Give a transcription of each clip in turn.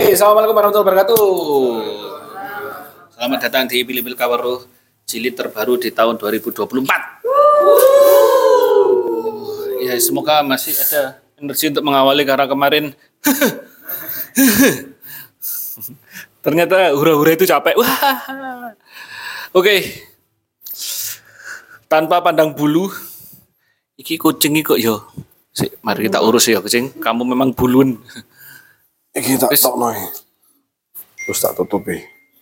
Assalamualaikum warahmatullahi wabarakatuh. Selamat datang di Pilih-Pilih Kawaruh jilid terbaru di tahun 2024. Ya, semoga masih ada energi untuk mengawali karena kemarin ternyata hura-hura itu capek. Wah. Oke. Tanpa pandang bulu, iki kucing iki kok yo. Mari kita urus ya kucing. Kamu memang bulun. Iki tak tokno. Terus tak tutupi.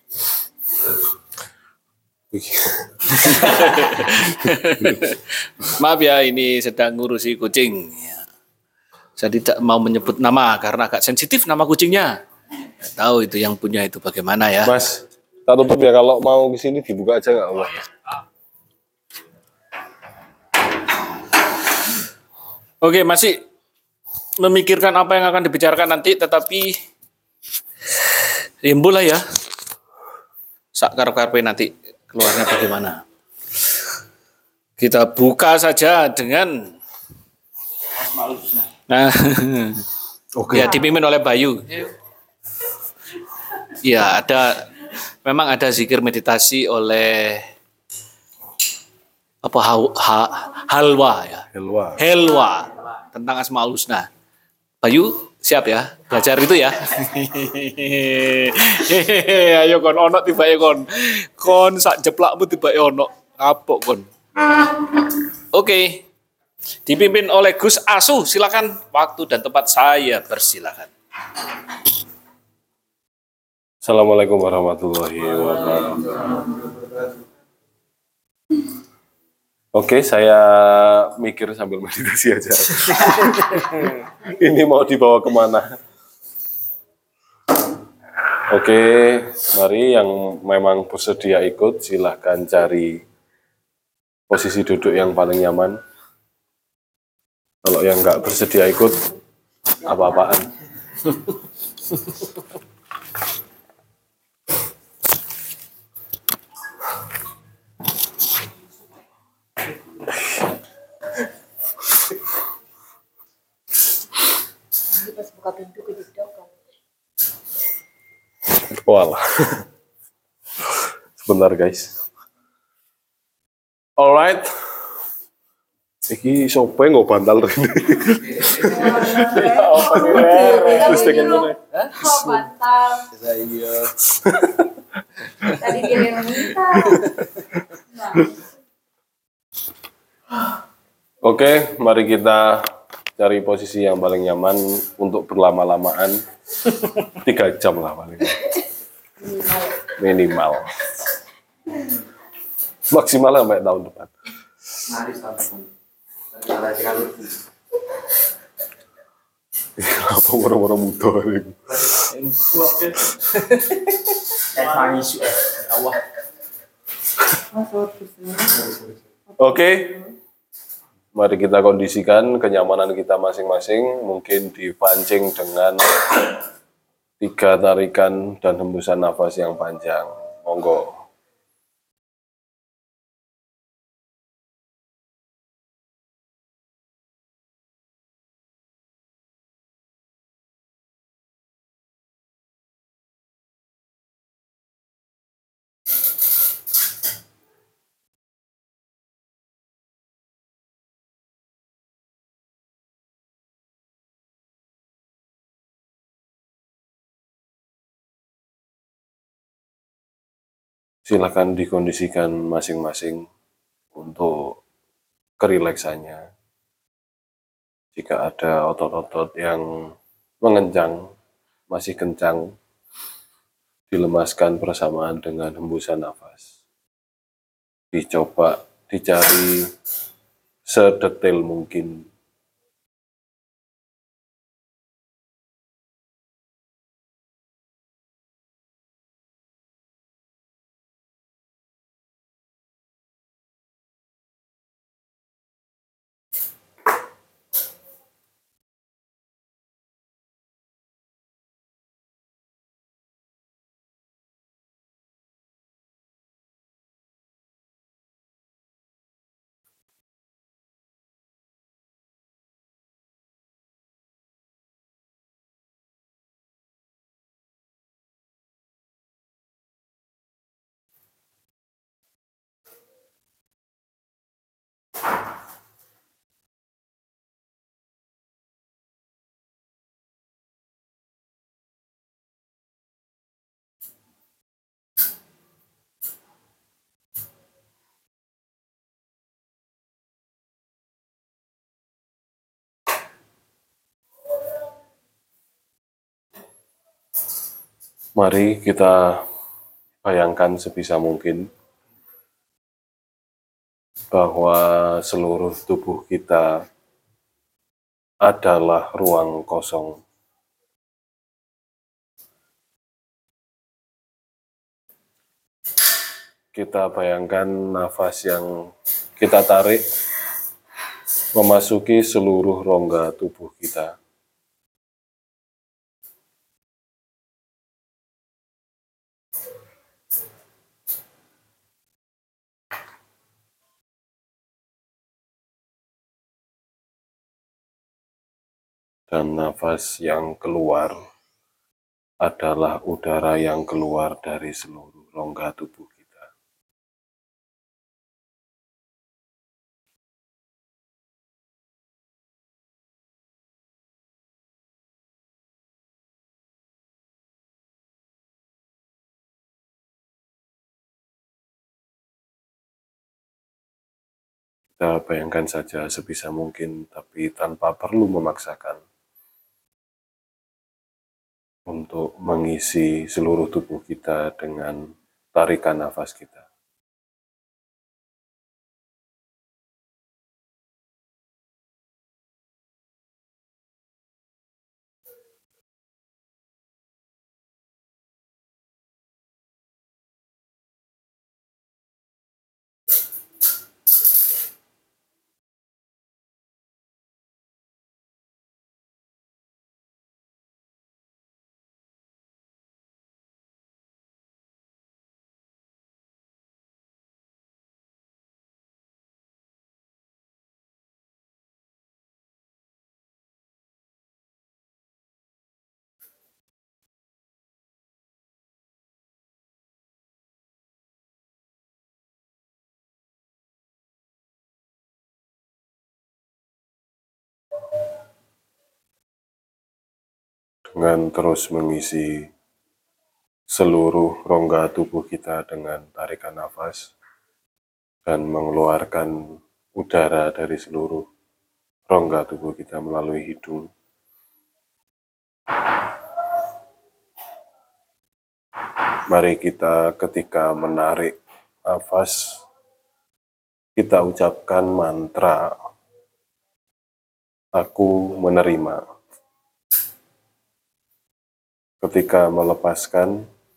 Maaf ya, ini sedang ngurusi kucing. Saya tidak mau menyebut nama karena agak sensitif nama kucingnya. Nggak tahu itu yang punya itu bagaimana ya. Mas, tak tutup ya, kalau mau ke sini dibuka aja nggak apa? Oke, masih memikirkan apa yang akan dibicarakan nanti, tetapi timbul lah ya. Sak karep-karepe nanti keluarnya bagaimana. Kita buka saja dengan ya dipimpin oleh Bayu. Ya, memang ada zikir meditasi oleh apa halwa ya. Helwa tentang Asmaul Husna. Bayu siap ya belajar itu ya. Ayo kon ono tibake kon sak jeplakmu tibake ono kapok kon. Oke. Dipimpin oleh Gus Asu, silakan waktu dan tempat saya persilakan. Assalamualaikum warahmatullahi wabarakatuh. Oke, saya mikir sambil meditasi aja. Ini mau dibawa kemana? Oke, mari yang memang bersedia ikut silahkan cari posisi duduk yang paling nyaman. Kalau yang nggak bersedia ikut, apa-apaan. Pas buka pintu kejedok kan. Walah. Sebentar guys. Alright. Iki sopo nggak bantal ini? Terus dengan mana? Oh, bantal. Iya. Tadi dia yang minta. Oke, mari kita cari posisi yang paling nyaman untuk berlama-lamaan. 3 jam lah paling. Minimal. Maksimal sampai tahun depan. Apa orang-orang muda ini? Oke, mari kita kondisikan kenyamanan kita masing-masing. Mungkin dipancing dengan 3 tarikan dan hembusan nafas yang panjang. Monggo. Silakan dikondisikan masing-masing untuk kerileksannya. Jika ada otot-otot yang mengencang, masih kencang, dilemaskan bersamaan dengan hembusan nafas. Dicoba dicari sedetail mungkin. Mari kita bayangkan sebisa mungkin bahwa seluruh tubuh kita adalah ruang kosong. Kita bayangkan nafas yang kita tarik memasuki seluruh rongga tubuh kita. Dan nafas yang keluar adalah udara yang keluar dari seluruh rongga tubuh kita. Kita bayangkan saja sebisa mungkin, tapi tanpa perlu memaksakan, untuk mengisi seluruh tubuh kita dengan tarikan nafas kita. Dengan terus mengisi seluruh rongga tubuh kita dengan tarikan nafas dan mengeluarkan udara dari seluruh rongga tubuh kita melalui hidung. Mari kita ketika menarik nafas, kita ucapkan mantra, aku menerima. Ketika melepaskan,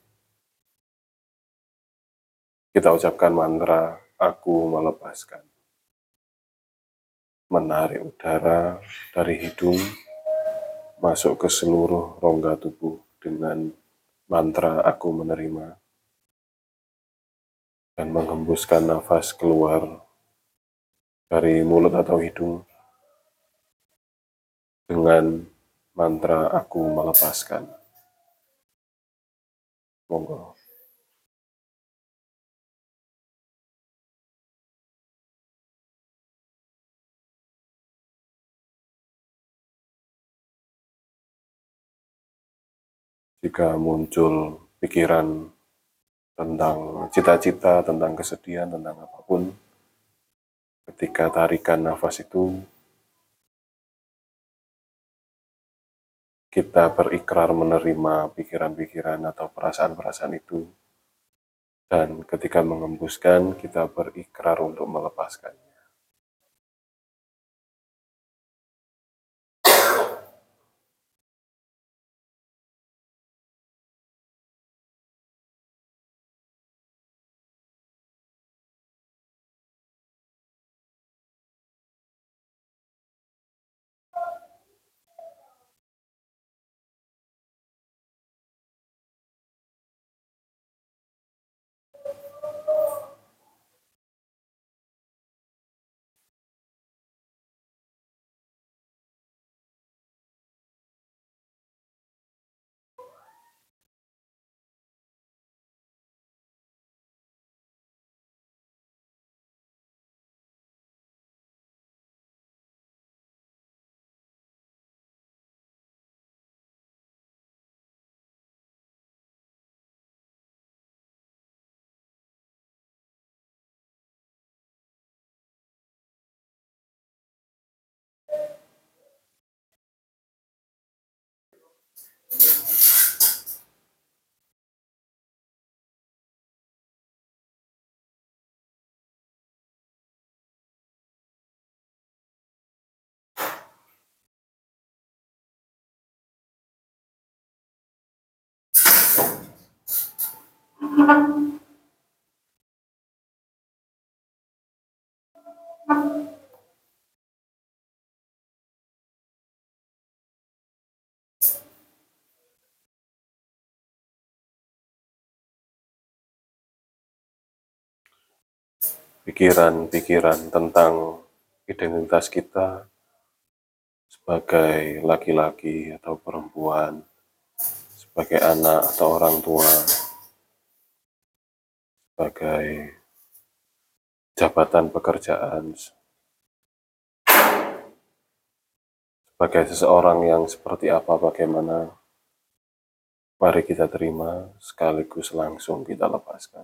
kita ucapkan mantra, aku melepaskan. Menarik udara dari hidung masuk ke seluruh rongga tubuh dengan mantra aku menerima, dan menghembuskan nafas keluar dari mulut atau hidung dengan mantra aku melepaskan. Monggo. Jika muncul pikiran tentang cita-cita, tentang kesedihan, tentang apapun, ketika tarikan nafas itu, kita berikrar menerima pikiran-pikiran atau perasaan-perasaan itu, dan ketika mengembuskan, kita berikrar untuk melepaskannya. pikiran-pikiran tentang identitas kita sebagai laki-laki atau perempuan, sebagai anak atau orang tua, sebagai jabatan pekerjaan, sebagai seseorang yang seperti apa, bagaimana, mari kita terima sekaligus langsung kita lepaskan.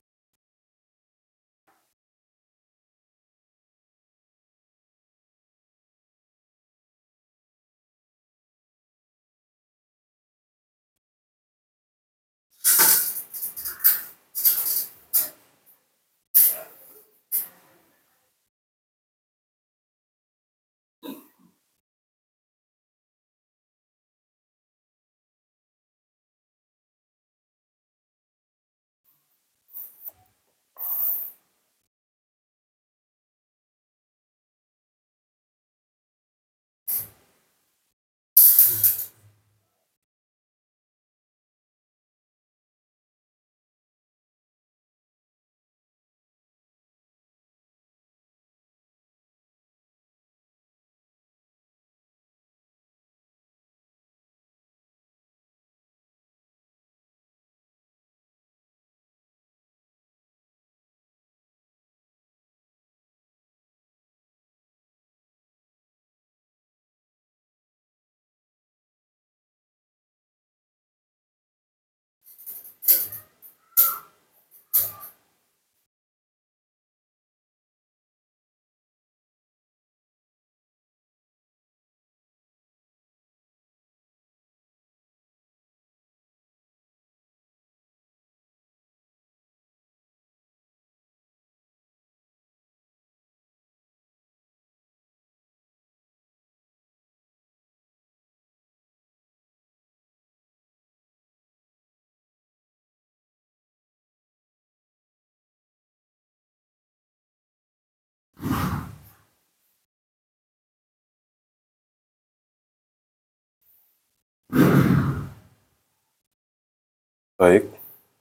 Baik,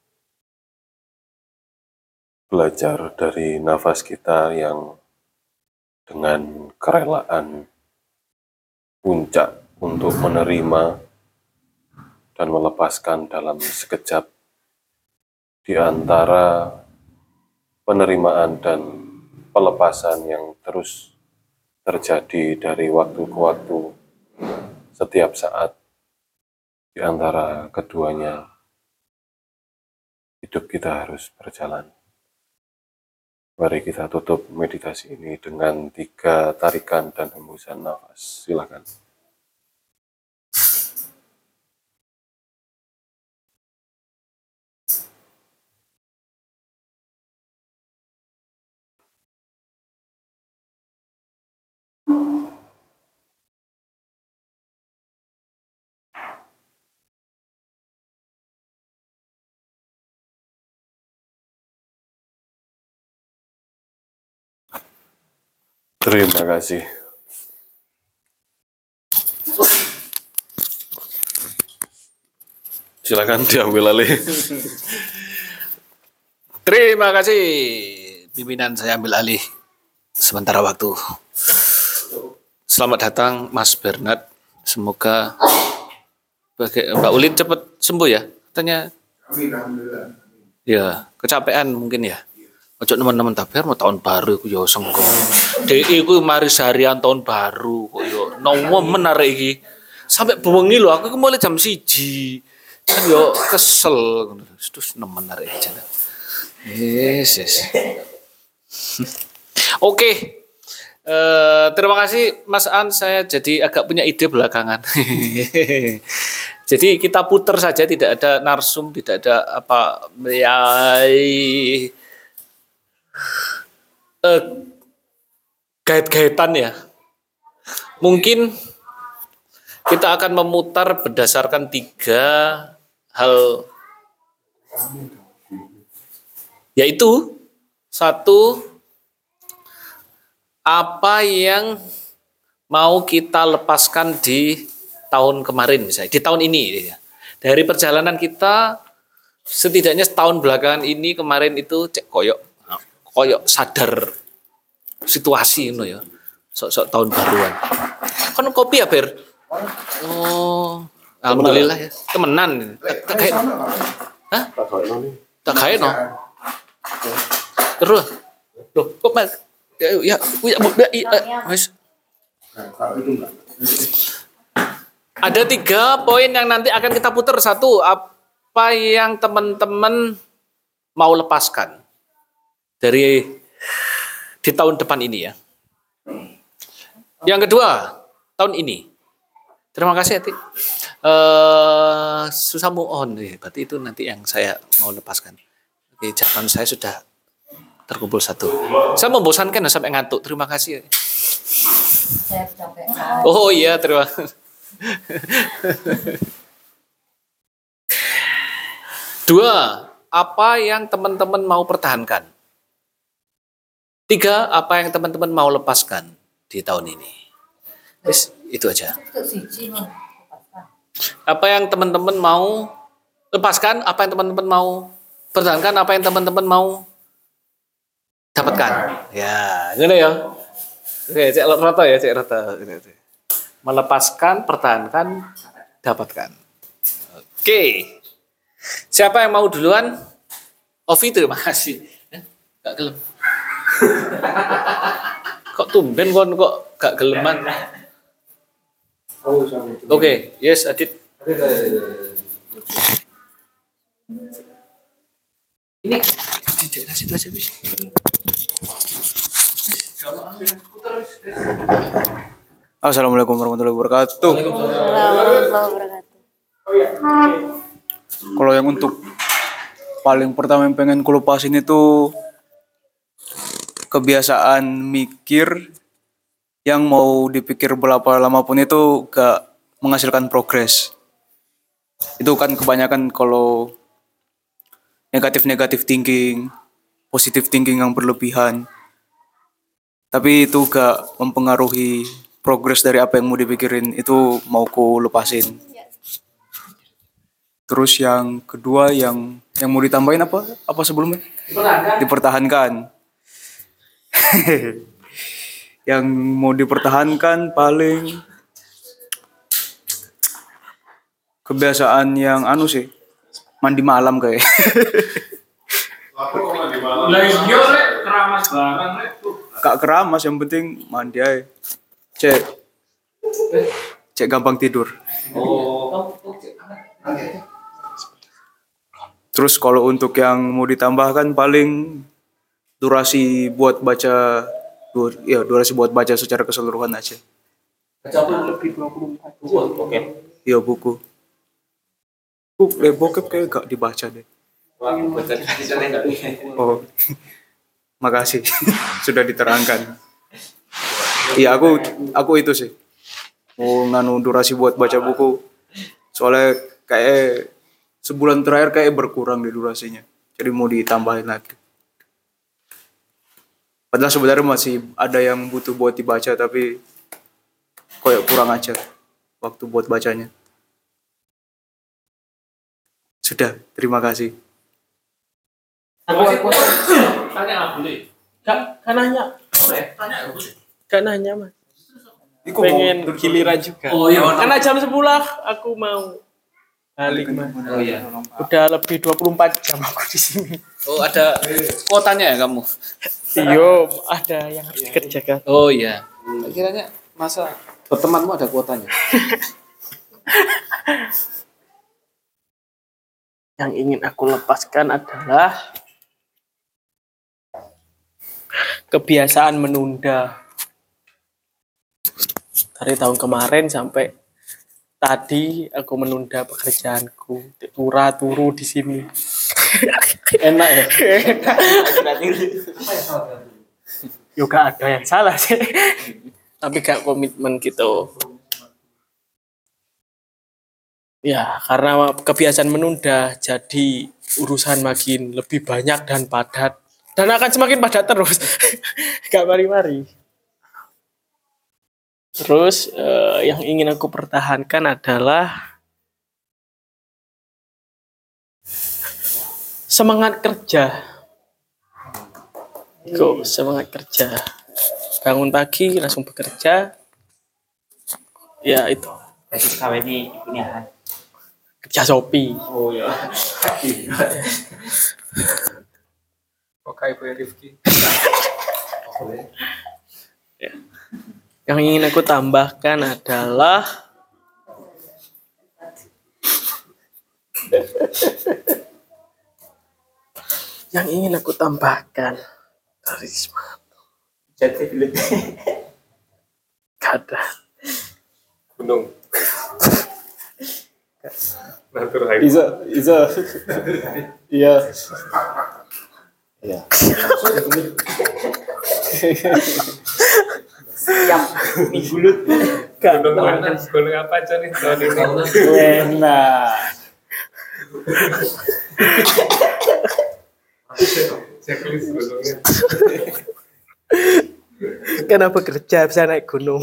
belajar dari nafas kita yang dengan kerelaan puncak untuk menerima dan melepaskan dalam sekejap di antara penerimaan dan pelepasan yang terus terjadi dari waktu ke waktu setiap saat di antara keduanya. Hidup kita harus berjalan. Mari kita tutup meditasi ini dengan 3 tarikan dan hembusan nafas. Silakan. Terima kasih. Silakan diambil alih. Terima kasih. Pimpinan saya ambil alih sementara waktu. Selamat datang Mas Bernard. Semoga Mbak Ulin cepat sembuh ya. Katanya. Ya, kecapean mungkin ya. Ojo teman-teman tapi mau tahun baru ku yo sengko. DE ku mari seharian tahun baru kok yo nomo menarik iki. Sampai bengi lho aku mulai jam 1. Kan yo kesel terus nemen arek aja. Yes. Oke. Terima kasih Mas An, saya jadi agak punya ide belakangan. Jadi kita putar saja, tidak ada narsum, tidak ada apa ya gait-gaitan ya. Mungkin kita akan memutar berdasarkan 3 hal Yaitu satu, apa yang mau kita lepaskan di tahun kemarin misalnya, di tahun ini. Dari perjalanan kita, setidaknya setahun belakangan ini, kemarin itu cek koyok sadar situasi itu ya. Sok-sok tahun baruan. Kan kopi ya, Ber? Oh, alhamdulillah ya. Temenan. Tak kayak. Hah? Tak kayak no. Terus. Loh, kok Mas? Ya, Mas. Ada 3 poin yang nanti akan kita putar. Satu, apa yang teman-teman mau lepaskan dari di tahun depan ini ya. Yang kedua, tahun ini. Terima kasih Ati. Susah move on. Berarti itu nanti yang saya mau lepaskan. Oke, jawaban saya sudah terkumpul 1. Saya membosankan sampai ngantuk. Terima kasih. Saya capek. Oh iya, terima kasih. 2, apa yang teman-teman mau pertahankan? 3, apa yang teman-teman mau lepaskan di tahun ini? Yes, itu aja. Apa yang teman-teman mau lepaskan, apa yang teman-teman mau pertahankan, apa yang teman-teman mau dapatkan. Ya, gini ya. Oke, cek rata ya, cek rata. Melepaskan, pertahankan, dapatkan. Oke. Siapa yang mau duluan? Ovi, terima kasih. Gak gelem. Kok tumben kok gak geleman? Oke, yes Adit. Ini di situ aja bis. Assalamualaikum warahmatullahi wabarakatuh. Kalau yang untuk paling pertama yang pengen kulupasin itu kebiasaan mikir yang mau dipikir berapa lama pun itu gak menghasilkan progres. Itu kan kebanyakan kalau negatif thinking, positive thinking yang berlebihan. Tapi itu gak mempengaruhi progres dari apa yang mau dipikirin, itu mau ku lepasin. Terus yang kedua yang mau ditambahin apa sebelumnya? Dipertahankan. Yang mau dipertahankan paling kebiasaan yang sih, mandi malam kayak. Keramas barang Gak keramas, yang penting mandi aja. Cek gampang tidur. Terus kalau untuk yang mau ditambahkan paling durasi buat baca secara keseluruhan aja. lebih 24 Oke. Iya, buku. Bokep kayak gak dibaca deh. Oh, makasih sudah diterangkan. Iya, aku itu sih mau nganu durasi buat baca buku. Soalnya kayak sebulan terakhir kayak berkurang di durasinya. Jadi mau ditambahin lagi. Padahal sebenarnya masih ada yang butuh buat dibaca, tapi kayak kurang aja waktu buat bacanya. Sudah, terima kasih. Tanya boleh. Kan nanya. Tanya boleh. Gak nanya mas. Pengen giliran juga. Oh iya. Karena jam 10 aku mau balik mas. Oh iya. Udah lebih 24 jam aku di sini. Oh, ada kuotanya ya kamu? Iyo, ada yang harus dikerjakan. Oh iya. Kiranya masa temanmu ada kuotanya? Yang ingin aku lepaskan adalah kebiasaan menunda. Dari tahun kemarin sampai tadi aku menunda pekerjaanku. Turu di sini. Enak ya? Juga ada yang salah sih. Tapi gak komitmen gitu. Ya, karena kebiasaan menunda, jadi urusan makin lebih banyak dan padat. Dan akan semakin padat terus. Gak mari-mari. Terus yang ingin aku pertahankan adalah semangat kerja. Semangat kerja. Bangun pagi langsung bekerja. Ya itu. Jadi KW ini punya Kerja Shopee. oh ya. Oke, Ibu Rifki. Yang ingin aku tambahkan adalah yang ingin aku tambahkan dari semangat Jadi bilut. ada. Gunung. Iza. Iya. Iya. Siap minggulut. Gunung apa aja nih tahun ini? Enak. Checklist gunungnya. Kenapa kerja bisa naik gunung?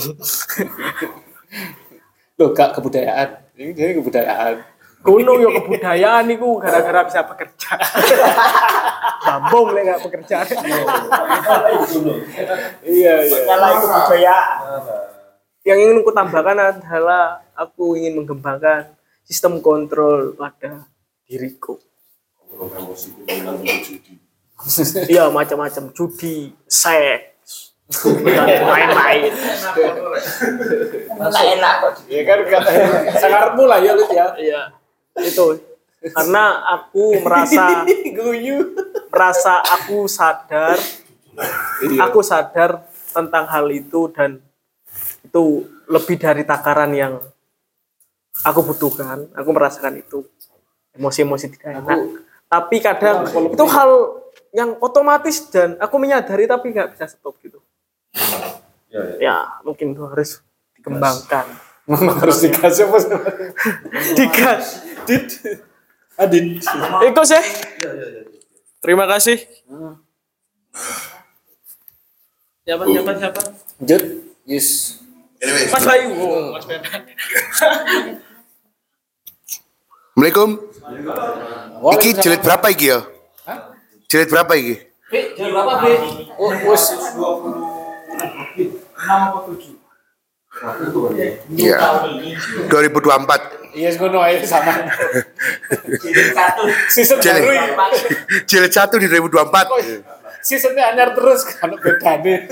Loh, gak kebudayaan. Ini kebudayaan. Gunung ya kebudayaan itu gara-gara bisa bekerja. Sambung lah gak bekerja. Iya. Nyala itu budaya. Yang ingin aku tambahkan adalah aku ingin mengembangkan sistem kontrol pada diriku. Iya, macam-macam judi, seks, dan lain-lain. Enak kok. Ya kan sangarmu lah ya lu ya. Iya, itu. Karena aku merasa aku sadar, aku sadar tentang hal itu dan itu lebih dari takaran yang aku butuhkan. Aku merasakan itu emosi-emosi tidak enak. Tapi kadang itu hal yang otomatis dan aku menyadari tapi nggak bisa stop gitu. Ya mungkin itu harus dikembangkan. Memang harus dikasih apa? Digas. Adit. Itu sih. Terima kasih. Siapa? Jut. Yes. Mas Bayu. Mas Bayu. Assalamualaikum. Iki jilid berapa iki ya? Jilid berapa iki? Jadi berapa, Bre? Oh, wes. 6 atau 7? Iya. 2024. Iya, ngono ae sama. Jadi 1. Season Jilid. baru ini. Jilid 1 di 2024. Seasonnya anyar terus kan bedane.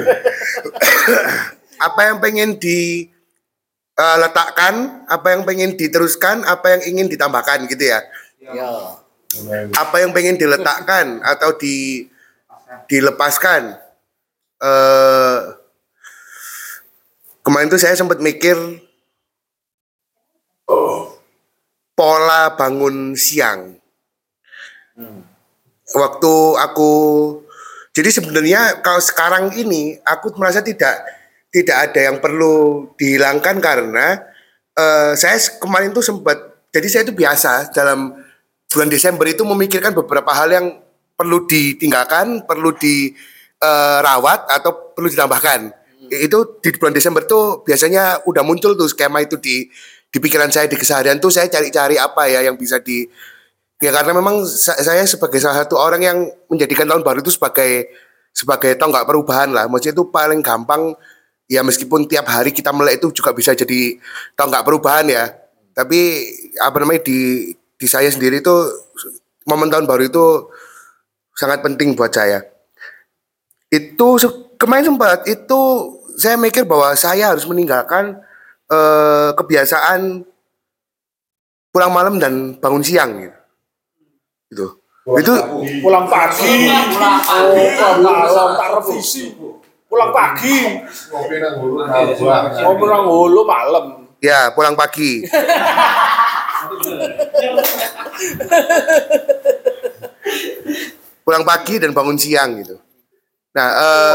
Apa yang pengen diletakkan, apa yang pengen diteruskan, apa yang ingin ditambahkan gitu ya. Ya. Apa yang pengen diletakkan atau dilepaskan. Kemarin tuh saya sempat mikir pola bangun siang. Waktu aku jadi sebenarnya kalau sekarang ini aku merasa tidak ada yang perlu dihilangkan karena saya kemarin tuh sempat jadi saya itu biasa dalam bulan Desember itu memikirkan beberapa hal yang perlu ditinggalkan, perlu dirawat atau perlu ditambahkan. Itu di bulan Desember tuh biasanya udah muncul tuh skema itu di pikiran saya di keseharian tuh saya cari-cari apa ya yang bisa ya karena memang saya sebagai salah satu orang yang menjadikan tahun baru itu sebagai tonggak perubahan lah. Maksudnya itu paling gampang ya meskipun tiap hari kita melek itu juga bisa jadi tonggak perubahan ya. Tapi apa namanya di saya sendiri itu momen tahun baru itu sangat penting buat saya. Itu kemarin sempat itu saya mikir bahwa saya harus meninggalkan kebiasaan pulang malam dan bangun siang gitu. Itu Pulang pagi. Malam tak revisi. Pulang pagi. Ngopi nang hulu malam. ya pulang pagi. Pulang pagi dan bangun siang gitu. Nah,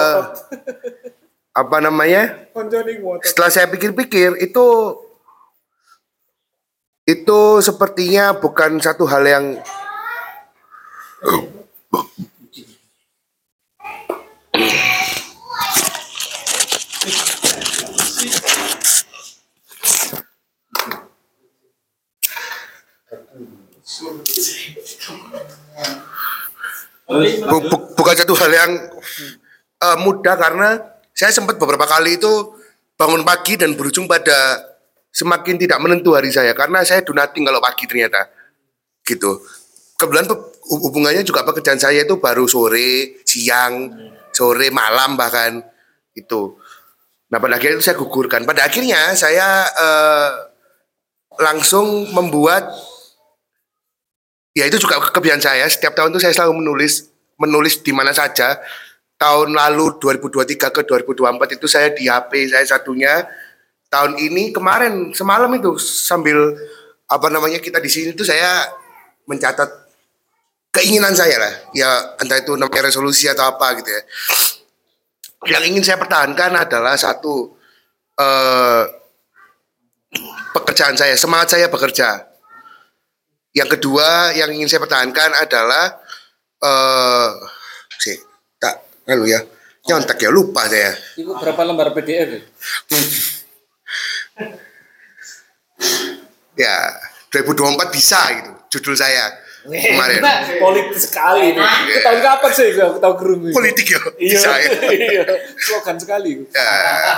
apa namanya? Setelah saya pikir-pikir itu sepertinya bukan satu hal yang Bukan satu hal yang mudah karena saya sempat beberapa kali itu bangun pagi dan berujung pada semakin tidak menentu hari saya karena saya do nothing kalau pagi ternyata gitu. Kebetulan hubungannya juga pekerjaan saya itu baru sore, siang, sore, malam bahkan itu. Nah pada akhirnya itu saya gugurkan. Pada akhirnya saya langsung membuat, ya itu juga kebiasaan saya. Setiap tahun itu saya selalu menulis di mana saja. Tahun lalu 2023 ke 2024 itu saya di HP saya satunya. Tahun ini kemarin semalam itu sambil kita di sini itu saya mencatat keinginan saya lah. Ya entah itu namanya resolusi atau apa gitu ya. Yang ingin saya pertahankan adalah satu pekerjaan saya, semangat saya bekerja. Yang kedua yang ingin saya pertahankan adalah nyontek ya, lupa saya. Itu berapa lembar PDF? Ya 2024 bisa gitu judul saya kemarin. Politis sekali nih. Itu tahun kapan sih? Aku tahu kerungu. Politik ya, bisa ya. Iya, slogan sekali. Ya.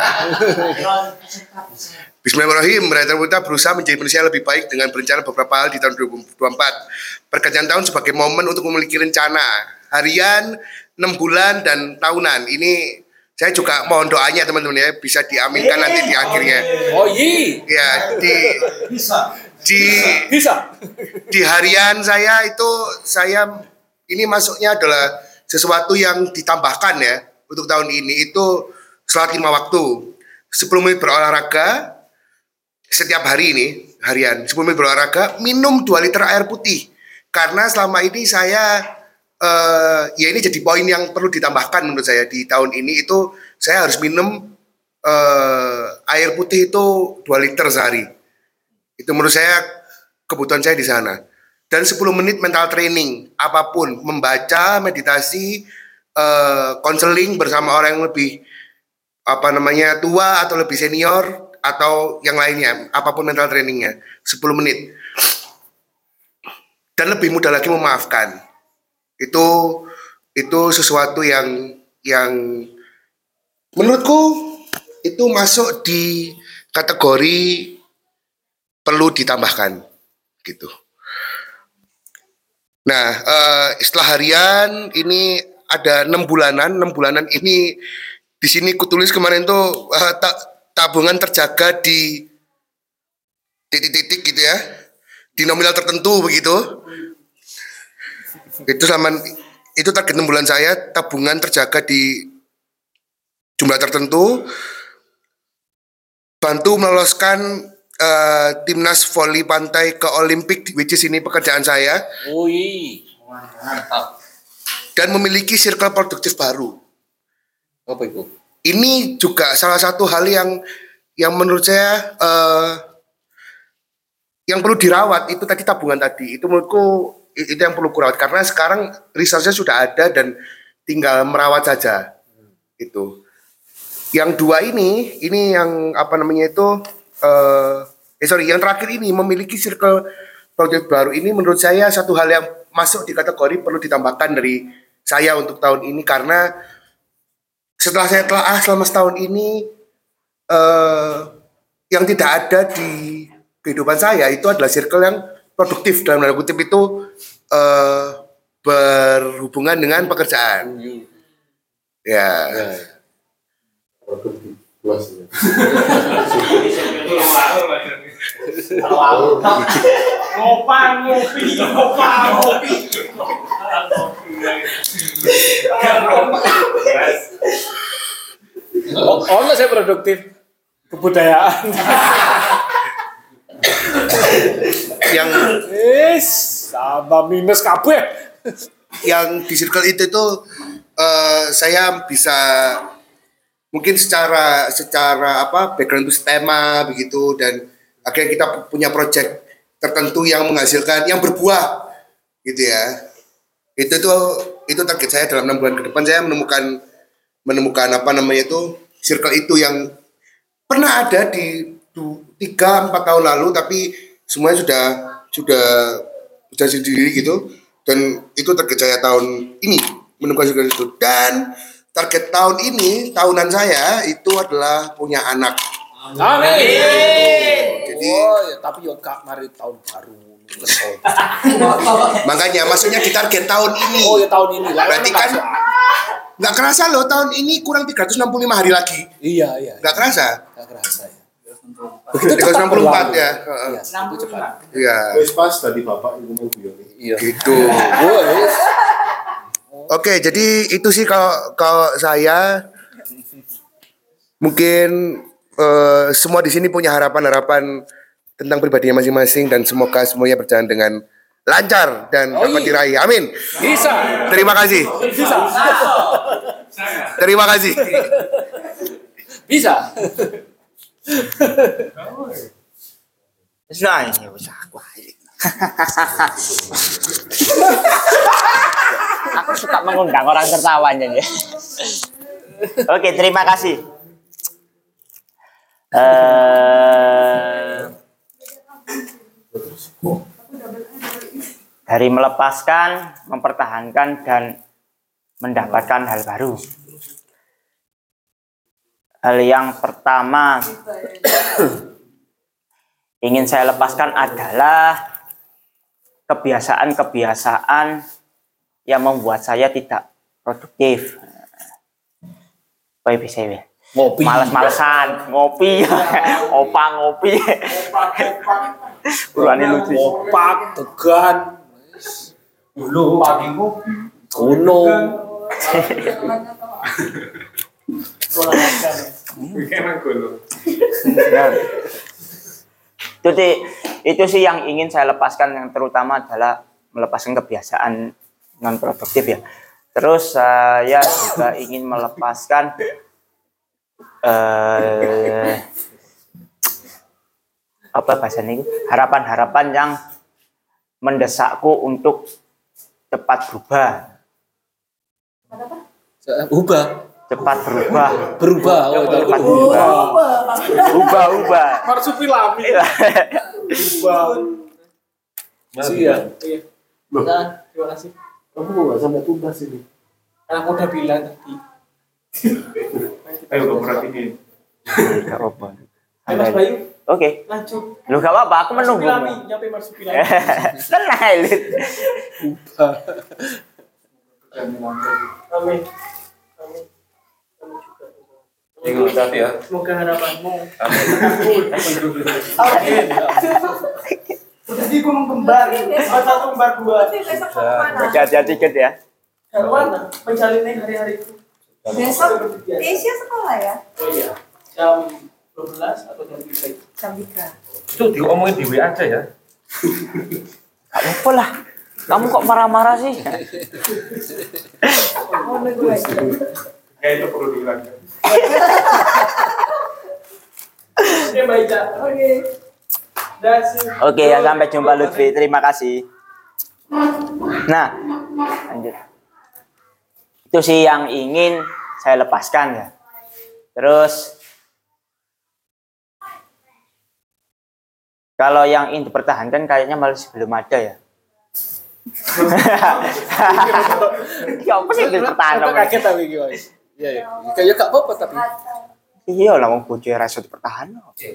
Bismillahirrahmanirrahim. Kita berusaha menjadi manusia lebih baik dengan berencana beberapa hal di tahun 2024. Pergantian tahun sebagai momen untuk memiliki rencana harian, 6 bulan, dan tahunan. Ini saya juga mohon doanya teman-teman ya, bisa diaminkan nanti di akhirnya. Oh iya. Ya, di harian saya itu ini masuknya adalah sesuatu yang ditambahkan ya untuk tahun ini itu sholat 5 waktu, 10 menit berolahraga setiap hari ini harian, 10 menit berolahraga, minum 2 liter air putih karena selama ini saya ya ini jadi poin yang perlu ditambahkan menurut saya di tahun ini itu saya harus minum air putih itu 2 liter sehari. Itu menurut saya kebutuhan saya di sana. Dan 10 menit mental training, apapun, membaca, meditasi, konseling bersama orang yang lebih tua atau lebih senior atau yang lainnya, apapun mental trainingnya, 10 menit. Dan lebih mudah lagi memaafkan. Itu sesuatu yang menurutku itu masuk di kategori perlu ditambahkan gitu. Nah, setelah harian ini ada 6 bulanan. 6 bulanan ini di sini kutulis kemarin tuh tabungan terjaga di titik-titik gitu ya, di nominal tertentu begitu. Itu target 6 bulan saya, tabungan terjaga di jumlah tertentu, bantu meloloskan timnas voli pantai ke Olimpik, which is ini pekerjaan saya. Wih, mantap. Dan memiliki circle produktif baru. Apa itu? Ini juga salah satu hal yang menurut saya yang perlu dirawat, itu tadi tabungan tadi. Itu menurutku itu yang perlu kurawat karena sekarang resource-nya sudah ada dan tinggal merawat saja. Itu. Yang dua ini yang yang terakhir ini memiliki circle project baru ini menurut saya satu hal yang masuk di kategori perlu ditambahkan dari saya untuk tahun ini karena setelah saya telah selama setahun ini yang tidak ada di kehidupan saya itu adalah circle yang produktif, dalam tanda kutip itu berhubungan dengan pekerjaan. Ya. Oh, saya produktif kebudayaan. Yang sama minus kabeh. Yang di circle itu tuh saya bisa mungkin secara background itu tema begitu dan akhirnya kita punya project tertentu yang menghasilkan yang berbuah gitu ya. Itu target saya dalam 6 bulan ke depan. Saya menemukan apa namanya itu circle itu yang pernah ada di 3-4 tahun lalu, tapi semuanya sudah sendiri gitu. Dan itu target saya tahun ini, menemukan circle itu. Dan target tahun ini, tahunan saya itu adalah punya anak. Amin. Jadi Ya, tapi yo Kak mari tahun baru. makanya maksudnya di target tahun ini. Oh ya tahun ini lah. Berarti kan nggak kerasa loh, tahun ini kurang 365 hari lagi. Iya. Nggak kerasa. Enggak kerasa ya. 364 ya. Iya, itu cepat. Iya. Wis pas tadi bapak itu mau bilang. Iya. Gitu. Wes. Oke, jadi itu sih kalau saya mungkin semua di sini punya harapan-harapan tentang pribadinya masing-masing dan semoga semuanya berjalan dengan lancar dan dapat diraih. Amin. Bisa. Terima kasih. Bisa. Terima kasih. Bisa. Nah, ini usah aku. Aku suka mengundang orang tertawa jadi. Oke, terima kasih. Dari melepaskan, mempertahankan, dan mendapatkan hal baru. Hal yang pertama ingin saya lepaskan adalah kebiasaan-kebiasaan yang membuat saya tidak produktif. Apa bisa ya? Ngopi. Males-malesan, ngopi, opa ngopi. Ulane lucu. Opak, tegan. Dulu pagi ngopi. Gunung. Itu sih yang ingin saya lepaskan, yang terutama adalah melepaskan kebiasaan non produktif ya. Terus saya juga ingin melepaskan apa bahasanya itu, harapan-harapan yang mendesakku untuk cepat berubah. Cepat berubah. Oh, Cepat berubah. Ubah. Marsupilami. Iya. Terima kasih. Kamu kok nggak sampai tuntas ini? Karena aku udah bilang tadi. Ayo kamu perhatiin. Gak apa-apa. Ayo Mas Bayu, Oke. lanjut. Lu gak apa-apa, aku menunggu. Marsupilami, nyampe Marsupilami. Tenang, Elit. Amin. Ingat tadi ya. Semoga harapanmu. Udah di gunung kembar. Satu kembar dua. Hati-hati dikit ya. Hewan menjalani hari-hariku. Besok Asia sekolah ya? Oh iya. Jam 12 atau jam 3? Jam 3. Itu diomongin di WA aja ya. Gak apa lah. Kamu kok marah-marah sih? Oh, gue aja. Kayak itu perlu dihilangkan. Oke, baik, Cak. Oke. Oke, ya sampai jumpa Lutfi. Terima kasih. Nah, lanjut. Itu sih yang ingin saya lepaskan ya. Terus kalau yang ingin dipertahankan kayaknya masih belum ada ya. Ya apa sih dipertahankan? Aku kaget tapi guys. Iya. Kayak gak apa-apa tapi. Iya lah, mau bojo ra iso dipertahankan.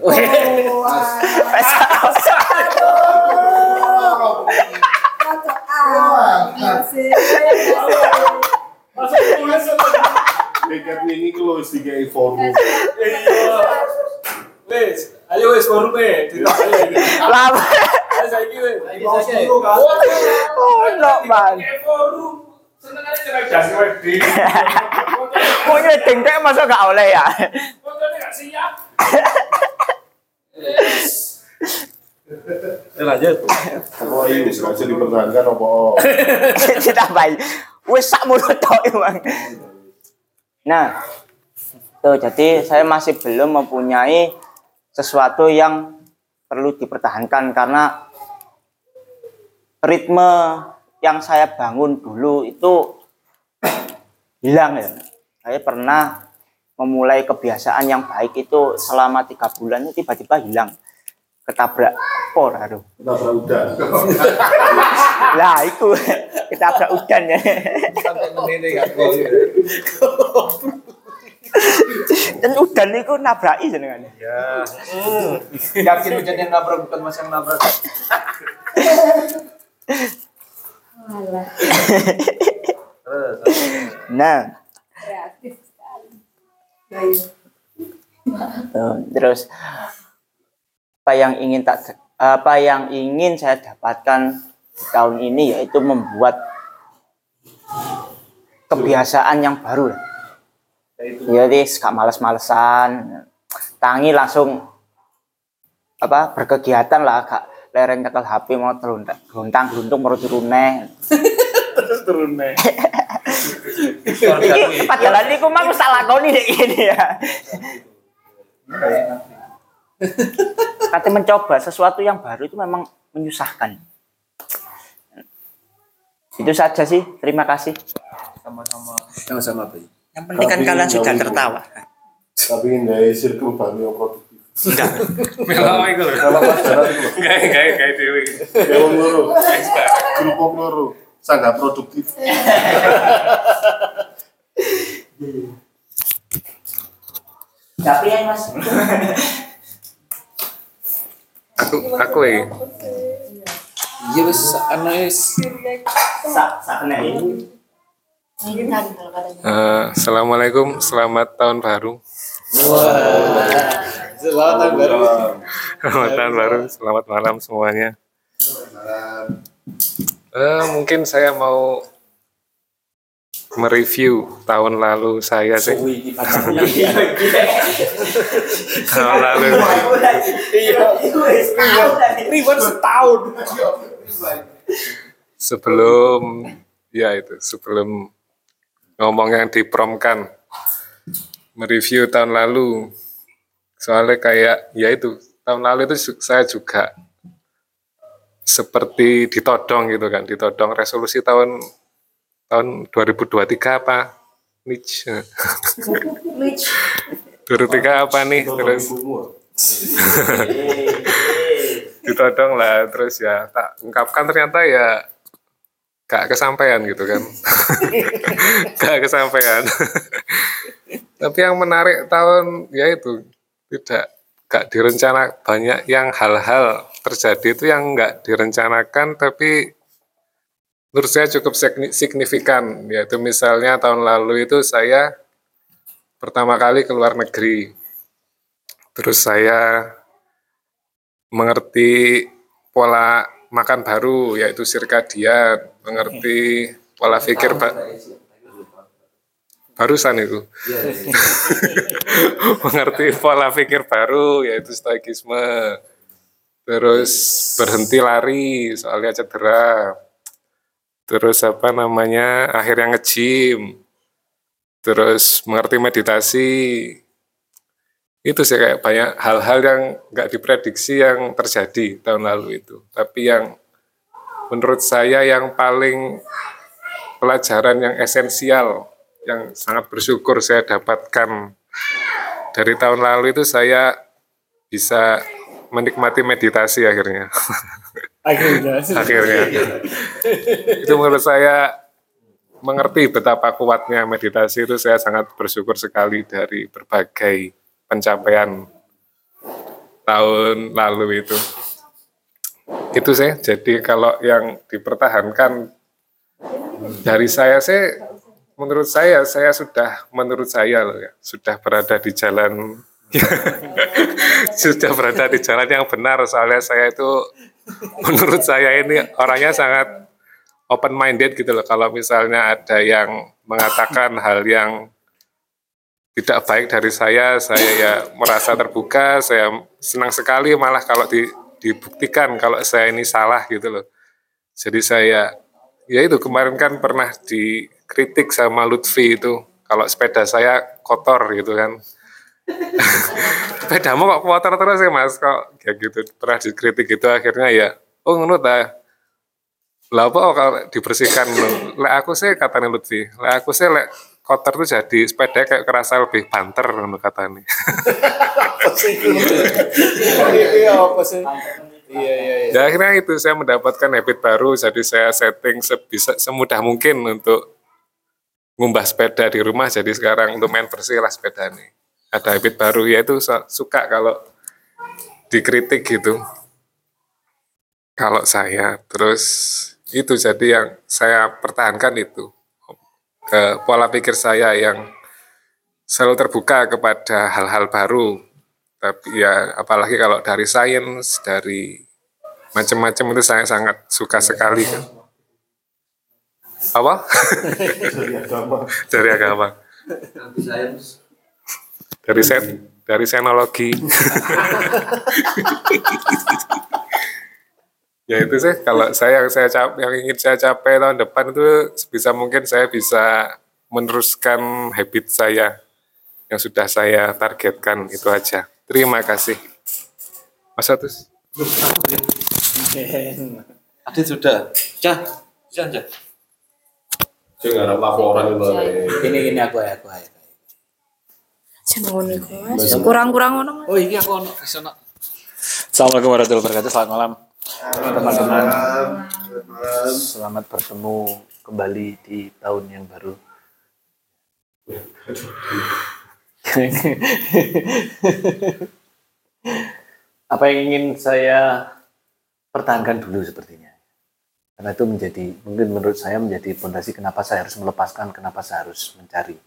Dekat ini close di kayak forum. Wes, ayo wes forum Lah. saiki wes. Oh, no, man. Forum. Seneng aja Jadi wedding. Kok nyedeng kayak masa gak oleh ya? Fotonya gak siap. Lanjut. Oh iya, bisa aja dipertahankan apa? Ditambahi. Wis sak mulut tok emang. Nah, tuh jadi saya masih belum mempunyai sesuatu yang perlu dipertahankan karena ritme yang saya bangun dulu itu hilang ya. Saya pernah memulai kebiasaan yang baik itu selama 3 bulan itu tiba-tiba hilang. Ketabrak por, aduh. Ketabrak udan. Lah itu ketabrak udan ya. Dan udan itu nabraki jenengan. Ya. Yakin hujan yang nabrak bukan Mas yang nabrak. Alah, Nah, kreatif sekali. Baik. terus apa yang ingin saya dapatkan tahun ini yaitu membuat kebiasaan yang baru. Jadi gak males-malesan, tangi langsung berkegiatan lah, gak lereng nyekel HP mau gelontang-geluntung mau turune. Terus turun nih. Iki padahal niku mah wis tak lakoni nek ngene ya. Kata mencoba sesuatu yang baru itu memang menyusahkan. Itu saja sih, terima kasih. Sama-sama, Pak. Yang penting kan kalian sudah tertawa. Tapi dari circle baru yang produktif. Melo iku lho. Kalau pas jalan itu, Kayak dhewe. ya wong loro, grup wong loro, sangat produktif. Tapi ya Mas. Aku iya wis ana wis. Sakne Assalamualaikum, selamat tahun baru. Selamat baru. Selamat tahun baru, selamat malam semuanya. Mungkin saya mau mereview tahun lalu saya sih. Tahun lalu. Ribet setahun. Sebelum ngomong yang dipromkan, mereview tahun lalu. Soalnya kayak ya itu tahun lalu itu saya juga seperti ditodong gitu kan, ditodong resolusi tahun 2023 apa? 2023 apa nih? Terus ditodong lah, terus ya tak ungkapkan ternyata ya gak kesampaian gitu kan. Gak kesampaian. Tapi yang menarik tahun ya itu gak direncana, banyak yang hal-hal terjadi itu yang gak direncanakan tapi menurut saya cukup signifikan, yaitu misalnya tahun lalu itu saya pertama kali ke luar negeri, terus saya mengerti pola makan baru yaitu sirkadian, mengerti pola pikir barusan itu. Mengerti pola pikir baru yaitu stoikisme. Terus berhenti lari soalnya cedera. Terus akhirnya nge-gym. Terus mengerti meditasi. Itu sih kayak banyak hal-hal yang nggak diprediksi yang terjadi tahun lalu itu. Tapi yang menurut saya yang paling pelajaran yang esensial, yang sangat bersyukur saya dapatkan dari tahun lalu itu saya bisa menikmati meditasi akhirnya. Akhirnya. Itu menurut saya mengerti betapa kuatnya meditasi itu, saya sangat bersyukur sekali dari berbagai pencapaian tahun lalu itu. Itu sih, jadi kalau yang dipertahankan dari saya sih, menurut saya sudah berada di jalan sudah berada di jalan yang benar, soalnya saya itu menurut saya ini orangnya sangat open minded gitu loh. Kalau misalnya ada yang mengatakan hal yang tidak baik dari saya ya merasa terbuka, saya senang sekali malah kalau dibuktikan kalau saya ini salah gitu loh. Jadi saya ya itu kemarin kan pernah dikritik sama Lutfi itu kalau sepeda saya kotor gitu kan. Sepedamu kok kotor terus ya Mas, kok kayak gitu, pernah dikritik gitu, akhirnya ya ngono ta. Lah apa kalau dibersihkan lek aku sih katanya Lutfi. Lek aku sih lek kotor tuh jadi sepeda kayak kerasa lebih banter ngono katanya. Iya apa sih? Iya. Ya akhirnya itu saya mendapatkan habit baru jadi saya setting semudah mungkin untuk ngumbah sepeda di rumah jadi sekarang untuk main bersih lah sepeda nih. Ada habit baru yaitu suka kalau dikritik gitu. Kalau saya terus itu jadi yang saya pertahankan itu ke pola pikir saya yang selalu terbuka kepada hal-hal baru. Tapi ya apalagi kalau dari sains, dari macam-macam itu saya sangat suka sekali. Apa? Dari agama. Dari senologi. Ya itu sih kalau yang ingin saya capai tahun depan itu sebisa mungkin saya bisa meneruskan habit saya yang sudah saya targetkan itu aja. Terima kasih. Mas Atus. Adit sudah. Cah, bisa. Sing ngarep laporan itu. Ini aku. Jeneng iku Mas. Kurang-kurang ngono Mas. Oh iya aku ono iso ono. Assalamualaikum warahmatullahi wabarakatuh. Selamat malam teman-teman. Selamat bertemu kembali di tahun yang baru. Apa yang ingin saya pertahankan dulu sepertinya. Karena itu mungkin menurut saya menjadi fondasi kenapa saya harus melepaskan, kenapa saya harus mencari.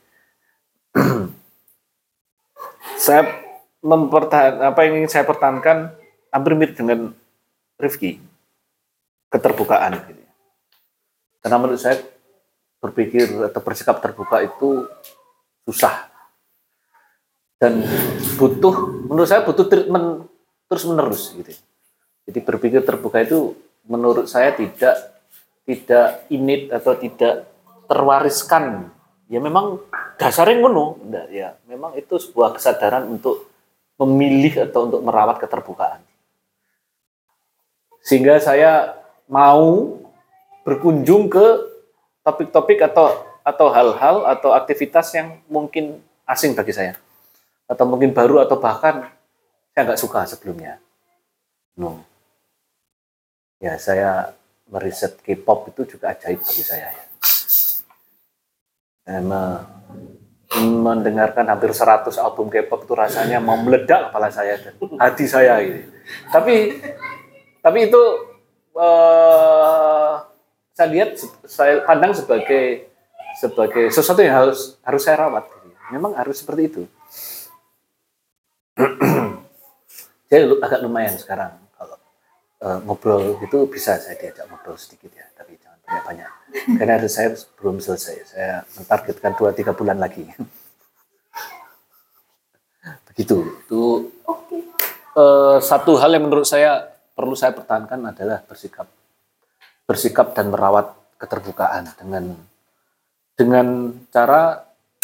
Apa yang ingin saya pertahankan hampir mirip dengan Rifki, keterbukaan. Gitu. Karena menurut saya berpikir atau bersikap terbuka itu susah dan menurut saya butuh treatment terus menerus. Gitu. Jadi berpikir terbuka itu menurut saya tidak innate atau tidak terwariskan. Ya memang dasarnya ngono, ya memang itu sebuah kesadaran untuk memilih atau untuk merawat keterbukaan. Sehingga saya mau berkunjung ke topik-topik atau hal-hal atau aktivitas yang mungkin asing bagi saya, atau mungkin baru atau bahkan saya nggak suka sebelumnya. No. Ya saya meriset K-pop itu juga ajaib bagi saya. Mendengarkan hampir 100 album K-pop itu rasanya mau meledak kepala saya dan hati saya gitu. Tapi itu saya lihat, saya pandang sebagai sesuatu yang harus saya rawat. Memang harus seperti itu. Saya agak lumayan sekarang kalau ngobrol itu bisa saya diajak ngobrol sedikit ya, tapi jangan banyak-banyak. Karena saya belum selesai. Saya mentargetkan 2-3 bulan lagi. Begitu. Itu satu hal yang menurut saya perlu saya pertahankan adalah bersikap dan merawat keterbukaan dengan cara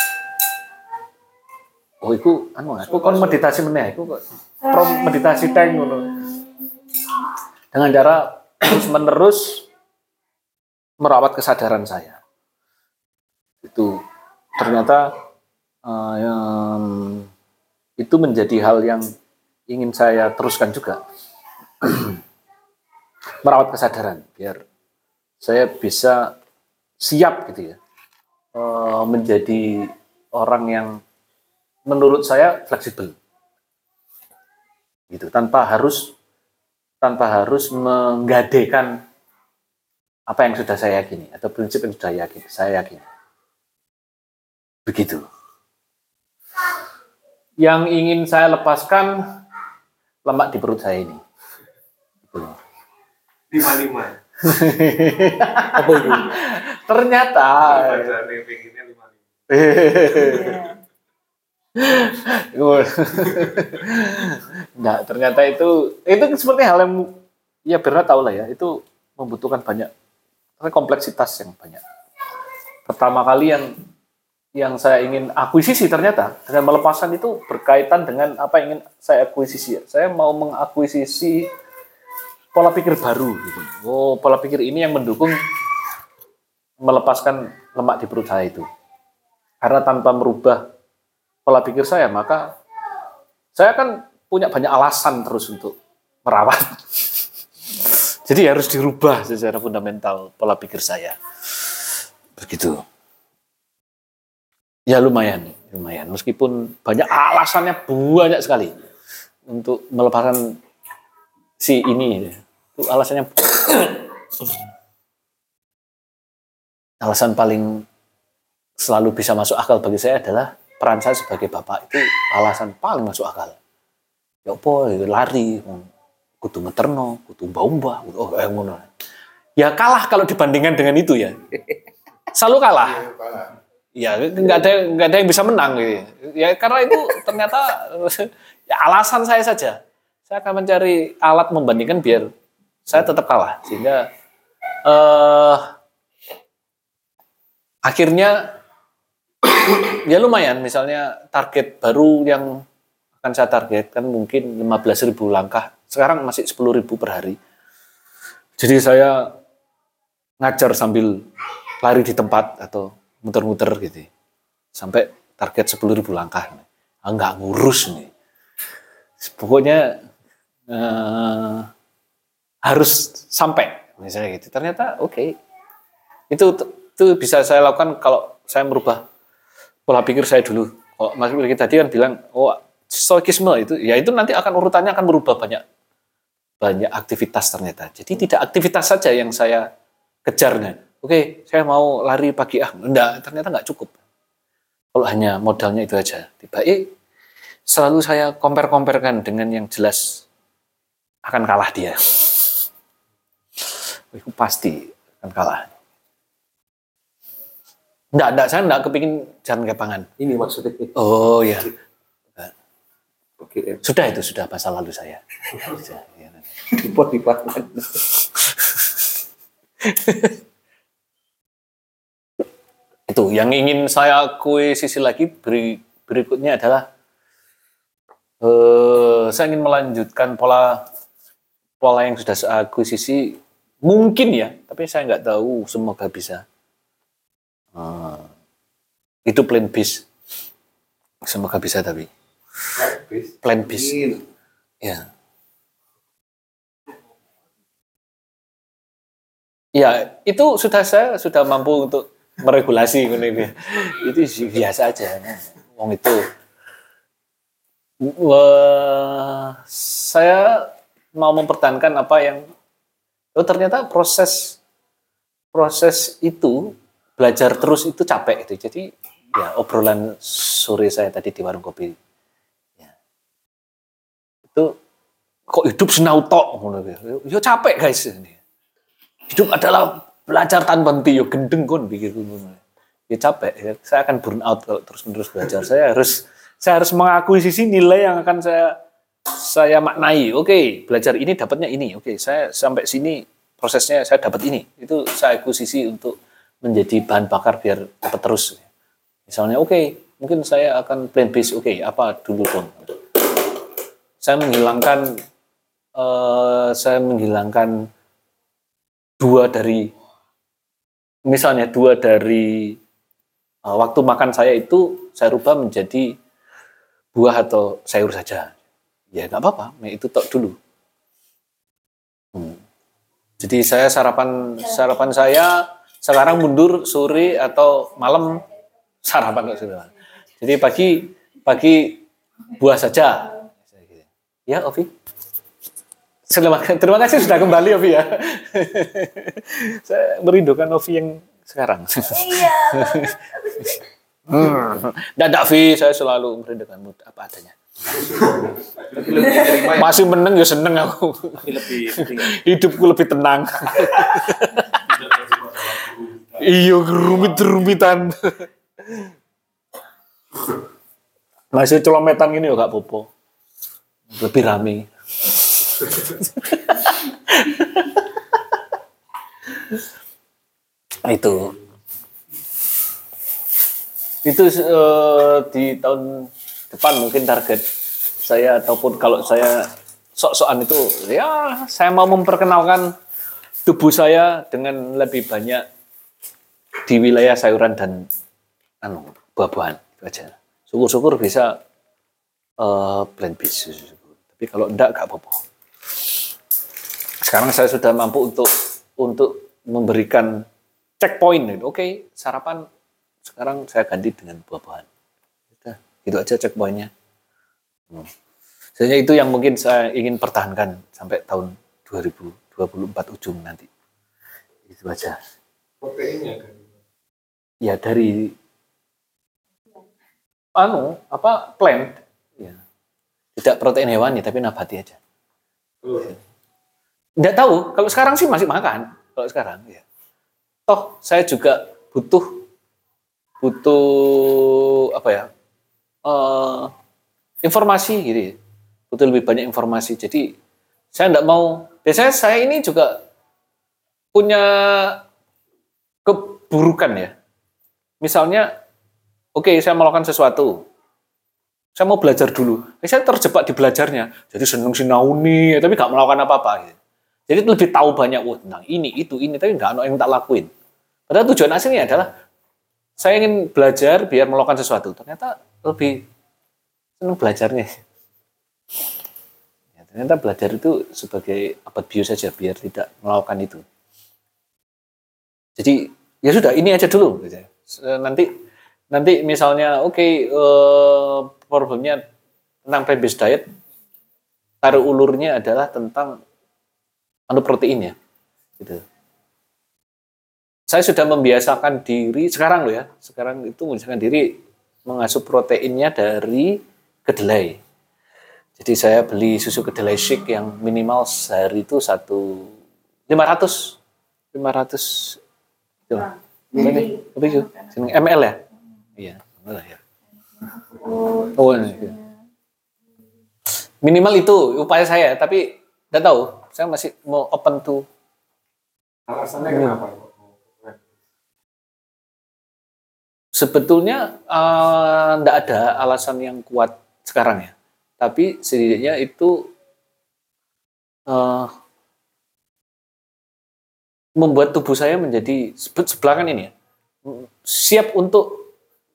aku kan meditasi meneh aku kok meditasi tank ngono. Dengan cara terus-menerus merawat kesadaran saya. Itu ternyata itu menjadi hal yang ingin saya teruskan juga. Merawat kesadaran biar saya bisa siap gitu ya, menjadi orang yang menurut saya fleksibel gitu, tanpa harus menggadekan apa yang sudah saya yakini atau prinsip yang sudah saya yakini. Begitu. Yang ingin saya lepaskan lemak di perut saya ini. 55. Apa itu? Ternyata. Nah, ternyata itu seperti hal yang ya Berna tahu lah ya, itu membutuhkan banyak kompleksitas yang banyak. Pertama kali yang saya ingin akuisisi ternyata dengan melepaskan itu berkaitan dengan apa yang ingin saya akuisisi. Saya mau mengakuisisi pola pikir baru gitu. Oh, pola pikir ini yang mendukung melepaskan lemak di perut saya itu. Karena tanpa merubah pola pikir saya, maka saya kan punya banyak alasan terus untuk merawat. Jadi harus dirubah secara fundamental pola pikir saya. Begitu. Ya lumayan. Meskipun banyak alasannya banyak sekali untuk melepaskan si ini. Itu alasannya. Alasan paling selalu bisa masuk akal bagi saya adalah peran saya sebagai bapak itu alasan paling masuk akal. Ya apa, lari, kudu ngeterno, kudu mbah-mbah, ngono. Ya kalah kalau dibandingkan dengan itu ya. Selalu kalah. Ya nggak ada yang bisa menang gitu. Ya karena itu ternyata ya, alasan saya saja. Saya akan mencari alat membandingkan biar saya tetap kalah sehingga akhirnya ya lumayan, misalnya target baru yang akan saya targetkan mungkin 15.000 langkah, sekarang masih 10.000 per hari. Jadi saya ngajar sambil lari di tempat atau muter-muter gitu, sampai target 10.000 langkah. Nggak ngurus nih. Pokoknya harus sampai, misalnya gitu. Ternyata oke. Itu bisa saya lakukan kalau saya merubah pola pikir saya dulu. Kalau Mas Wilky tadi kan bilang, stoikisme itu, ya itu nanti akan urutannya akan merubah banyak aktivitas ternyata. Jadi tidak aktivitas saja yang saya kejarnya. Oke, saya mau lari pagi ternyata nggak cukup. Kalau hanya modalnya itu aja, selalu saya compare-comparekan dengan yang jelas akan kalah dia. Itu pasti akan kalah. Saya enggak kepingin jalan kepangan. Ini maksudnya. Oh ya. Oke. Sudah masa lalu saya. Dipot. Itu yang ingin saya akuisisi lagi berikutnya adalah saya ingin melanjutkan pola yang sudah saya akuisisi, mungkin ya, tapi saya nggak tahu, semoga bisa. Itu plan bis, semoga bisa tapi plan bis, ya. Ya itu saya sudah mampu untuk meregulasi ini. Itu biasa aja, wong itu. Saya mau mempertahankan apa yang ternyata proses itu belajar terus itu capek gitu. Jadi ya obrolan sore saya tadi di warung kopi ya, itu kok hidup sinau tok ngono ya capek guys. Hidup adalah belajar tanpa henti, yo gendeng kon pikirku ngono. Ya capek ya. Saya akan burn out kalau terus-menerus belajar. Saya harus mengakui sisi nilai yang akan saya maknai. Oke, belajar ini dapatnya ini. Oke, saya sampai sini prosesnya saya dapat ini. Itu saya akuisisi untuk menjadi bahan bakar biar dapat terus. Misalnya mungkin saya akan plan base. Apa dulu dong? Saya menghilangkan dua dari waktu makan saya itu saya rubah menjadi buah atau sayur saja. Ya nggak apa-apa, itu tok dulu. Jadi saya sarapan saya sekarang mundur sore atau malam sarapan. Jadi pagi buah saja. Ya, Ovi. Terima kasih sudah kembali, Ovi ya. Saya merindukan Ovi yang sekarang. Iya. Dadak, Vi, saya selalu merindukanmu apa adanya. Masih meneng ya seneng aku. Hidupku lebih tenang. Iya, rumit-rumitan. Masih celometan gini ya gak popo. Lebih rame. Itu di tahun depan mungkin target saya, ataupun kalau saya sok-sokan itu ya saya mau memperkenalkan tubuh saya dengan lebih banyak di wilayah sayuran dan buah-buahan itu aja. Syukur-syukur bisa plant based. Tapi kalau enggak apa-apa. Sekarang saya sudah mampu untuk memberikan checkpoint. Oke, sarapan sekarang saya ganti dengan buah-buahan. Itu aja checkpointnya. Sebenarnya itu yang mungkin saya ingin pertahankan sampai tahun 2024 ujung nanti. Itu aja. Proteinnya kan? Ya dari plant. Ya. Tidak protein hewani tapi nabati aja. Nggak tahu. Kalau sekarang sih masih makan. Kalau sekarang ya. Toh saya juga butuh apa ya? Informasi gitu ya. Butuh lebih banyak informasi. Jadi saya enggak mau, biasanya saya ini juga punya keburukan ya. Misalnya, oke, saya melakukan sesuatu. Saya mau belajar dulu. Saya terjebak di belajarnya. Jadi seneng sinau nih, tapi nggak melakukan apa-apa. Gitu. Jadi lebih tahu banyak tentang ini, tapi nggak ada yang tak lakuin. Padahal tujuan aslinya adalah saya ingin belajar biar melakukan sesuatu. Ternyata lebih seneng belajarnya. Ya, ternyata belajar itu sebagai obat bius saja biar tidak melakukan itu. Jadi ya sudah ini aja dulu. Nanti misalnya problemnya tentang plant-based diet, taruh ulurnya adalah tentang protein ya. Gitu. Saya sudah membiasakan diri sekarang loh ya. Sekarang itu membiasakan diri mengasup proteinnya dari kedelai. Jadi saya beli susu kedelai shake yang minimal sehari itu 500 itu. Apa itu? ml ya? Iya, ya. Oh, iya. Minimal itu upaya saya, tapi enggak tahu. Saya masih mau open to. Alasannya kenapa? Sebetulnya enggak ada alasan yang kuat sekarang ya. Tapi setidaknya itu membuat tubuh saya menjadi sebelakangan ini ya, siap untuk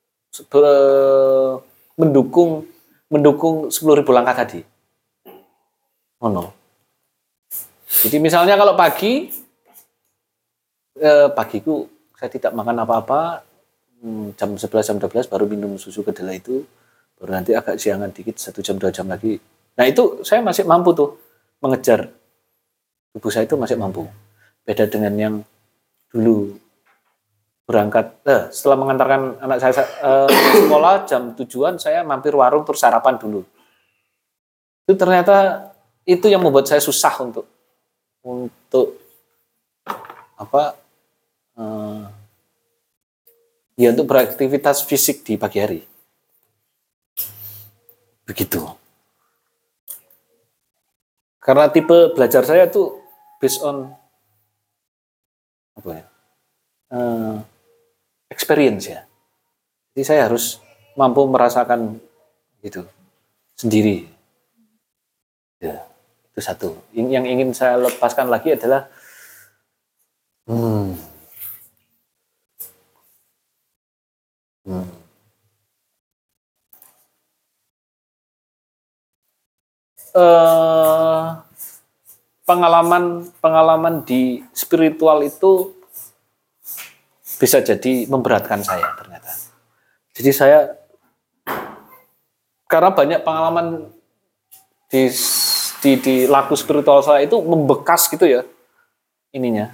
mendukung 10.000 langkah tadi. Oh no. Jadi misalnya kalau pagiku saya tidak makan apa-apa, jam 11 jam 12 baru minum susu kedelai itu, baru nanti agak siangan dikit 1 jam 2 jam lagi. Nah itu saya masih mampu tuh mengejar, tubuh saya itu masih mampu. Beda dengan yang dulu berangkat, setelah mengantarkan anak saya sekolah jam 7-an saya mampir warung terus sarapan dulu. Itu ternyata itu yang membuat saya susah untuk untuk beraktivitas fisik di pagi hari. Begitu. Karena tipe belajar saya tuh based on experience ya. Jadi saya harus mampu merasakan gitu sendiri. Ya, itu satu. Yang ingin saya lepaskan lagi adalah pengalaman di spiritual itu bisa jadi memberatkan saya ternyata. Jadi saya karena banyak pengalaman di laku spiritual saya itu membekas gitu ya ininya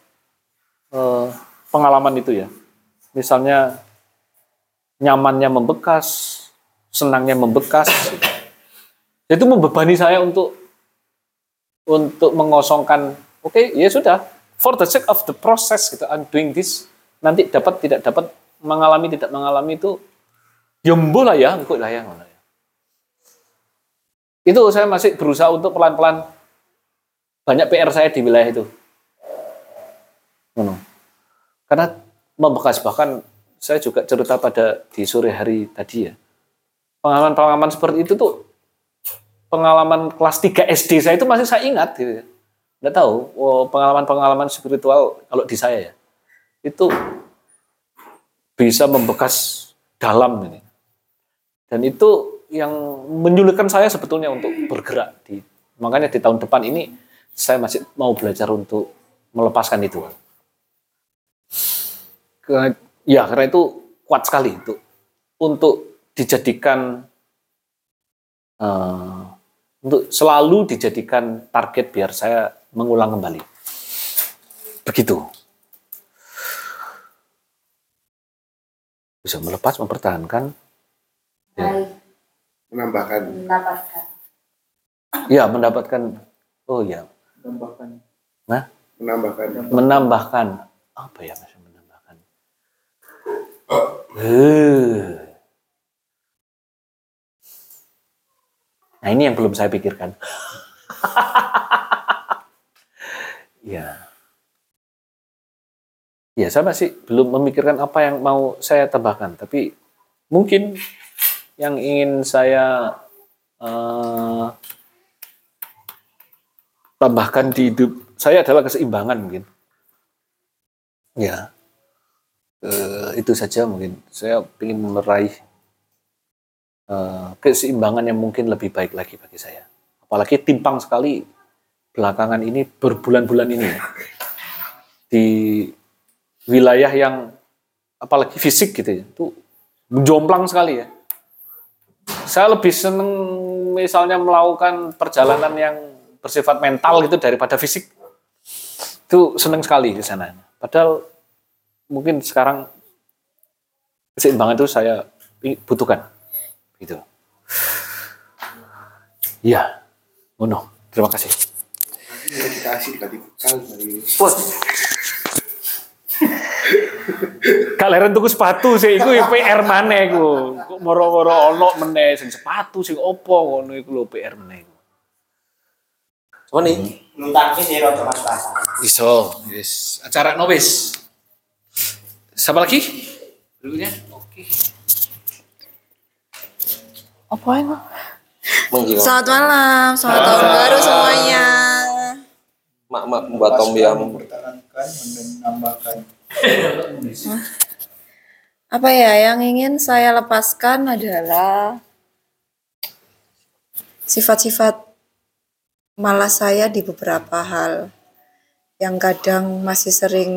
pengalaman itu ya. Misalnya nyamannya membekas, senangnya membekas. Gitu. Itu membebani saya untuk mengosongkan, ya sudah, for the sake of the process gitu, I'm doing this, nanti dapat tidak dapat, mengalami tidak mengalami itu, yombo lah ya, engkau lah ya. Itu saya masih berusaha untuk pelan-pelan, banyak PR saya di wilayah itu. Karena membekas, bahkan saya juga cerita pada di sore hari tadi ya, pengalaman-pengalaman seperti itu tuh pengalaman kelas 3 SD saya itu masih saya ingat gitu. Nggak tahu, pengalaman-pengalaman spiritual kalau di saya ya, itu bisa membekas dalam ini. Dan itu yang menyulitkan saya sebetulnya untuk bergerak. Makanya di tahun depan ini saya masih mau belajar untuk melepaskan itu. Karena itu kuat sekali untuk dijadikan untuk selalu dijadikan target biar saya mengulang kembali. Begitu. Bisa melepas, mempertahankan, Menambahkan. ya mendapatkan. Oh ya. Menambahkan. Apa ya maksudnya menambahkan? Nah ini yang belum saya pikirkan. Ya. Ya, saya masih belum memikirkan apa yang mau saya tambahkan, tapi mungkin yang ingin saya tambahkan di hidup saya adalah keseimbangan mungkin. Ya, itu saja mungkin. Saya ingin meraih keseimbangan yang mungkin lebih baik lagi bagi saya. Apalagi timpang sekali belakangan ini, berbulan-bulan ini ya, di wilayah yang apalagi fisik gitu ya, itu menjomplang sekali ya. Saya lebih seneng misalnya melakukan perjalanan yang bersifat mental gitu daripada fisik. Itu seneng sekali di sana. Padahal mungkin sekarang keseimbangan itu saya butuhkan. Gitu. Ya, terima kasih. Kalian tuku sepatu sih, iku PR maneh iku. Kok moro-moro ono meneh sing sepatu sing opo ngono iku lho PR meneh. Sony, nuntangke sih rada Mas Pasar. Iso, wis. Acara no wis. Siapa lagi? Berikutnya. Oke. Apa itu? Selamat malam, selamat tahun baru semuanya. Mak buat Tom Biam. Apa ya yang ingin saya lepaskan adalah sifat-sifat malas saya di beberapa hal yang kadang masih sering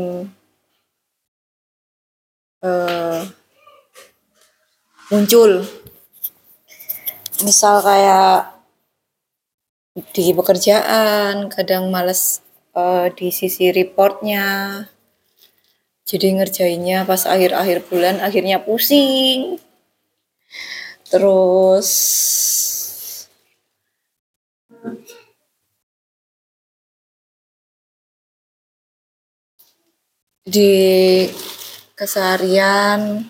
muncul. Misal kayak di pekerjaan, kadang males di sisi reportnya. Jadi ngerjainnya pas akhir-akhir bulan, akhirnya pusing. Terus di keseharian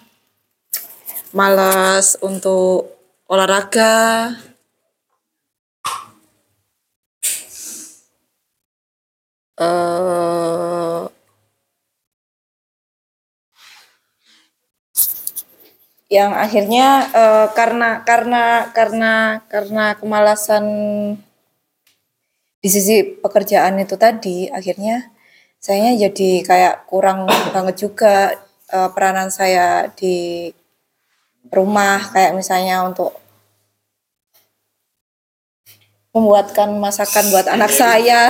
malas untuk olahraga. Yang akhirnya karena kemalasan di sisi pekerjaan itu tadi, akhirnya saya jadi kayak kurang banget juga peranan saya di rumah, kayak misalnya untuk membuatkan masakan buat anak saya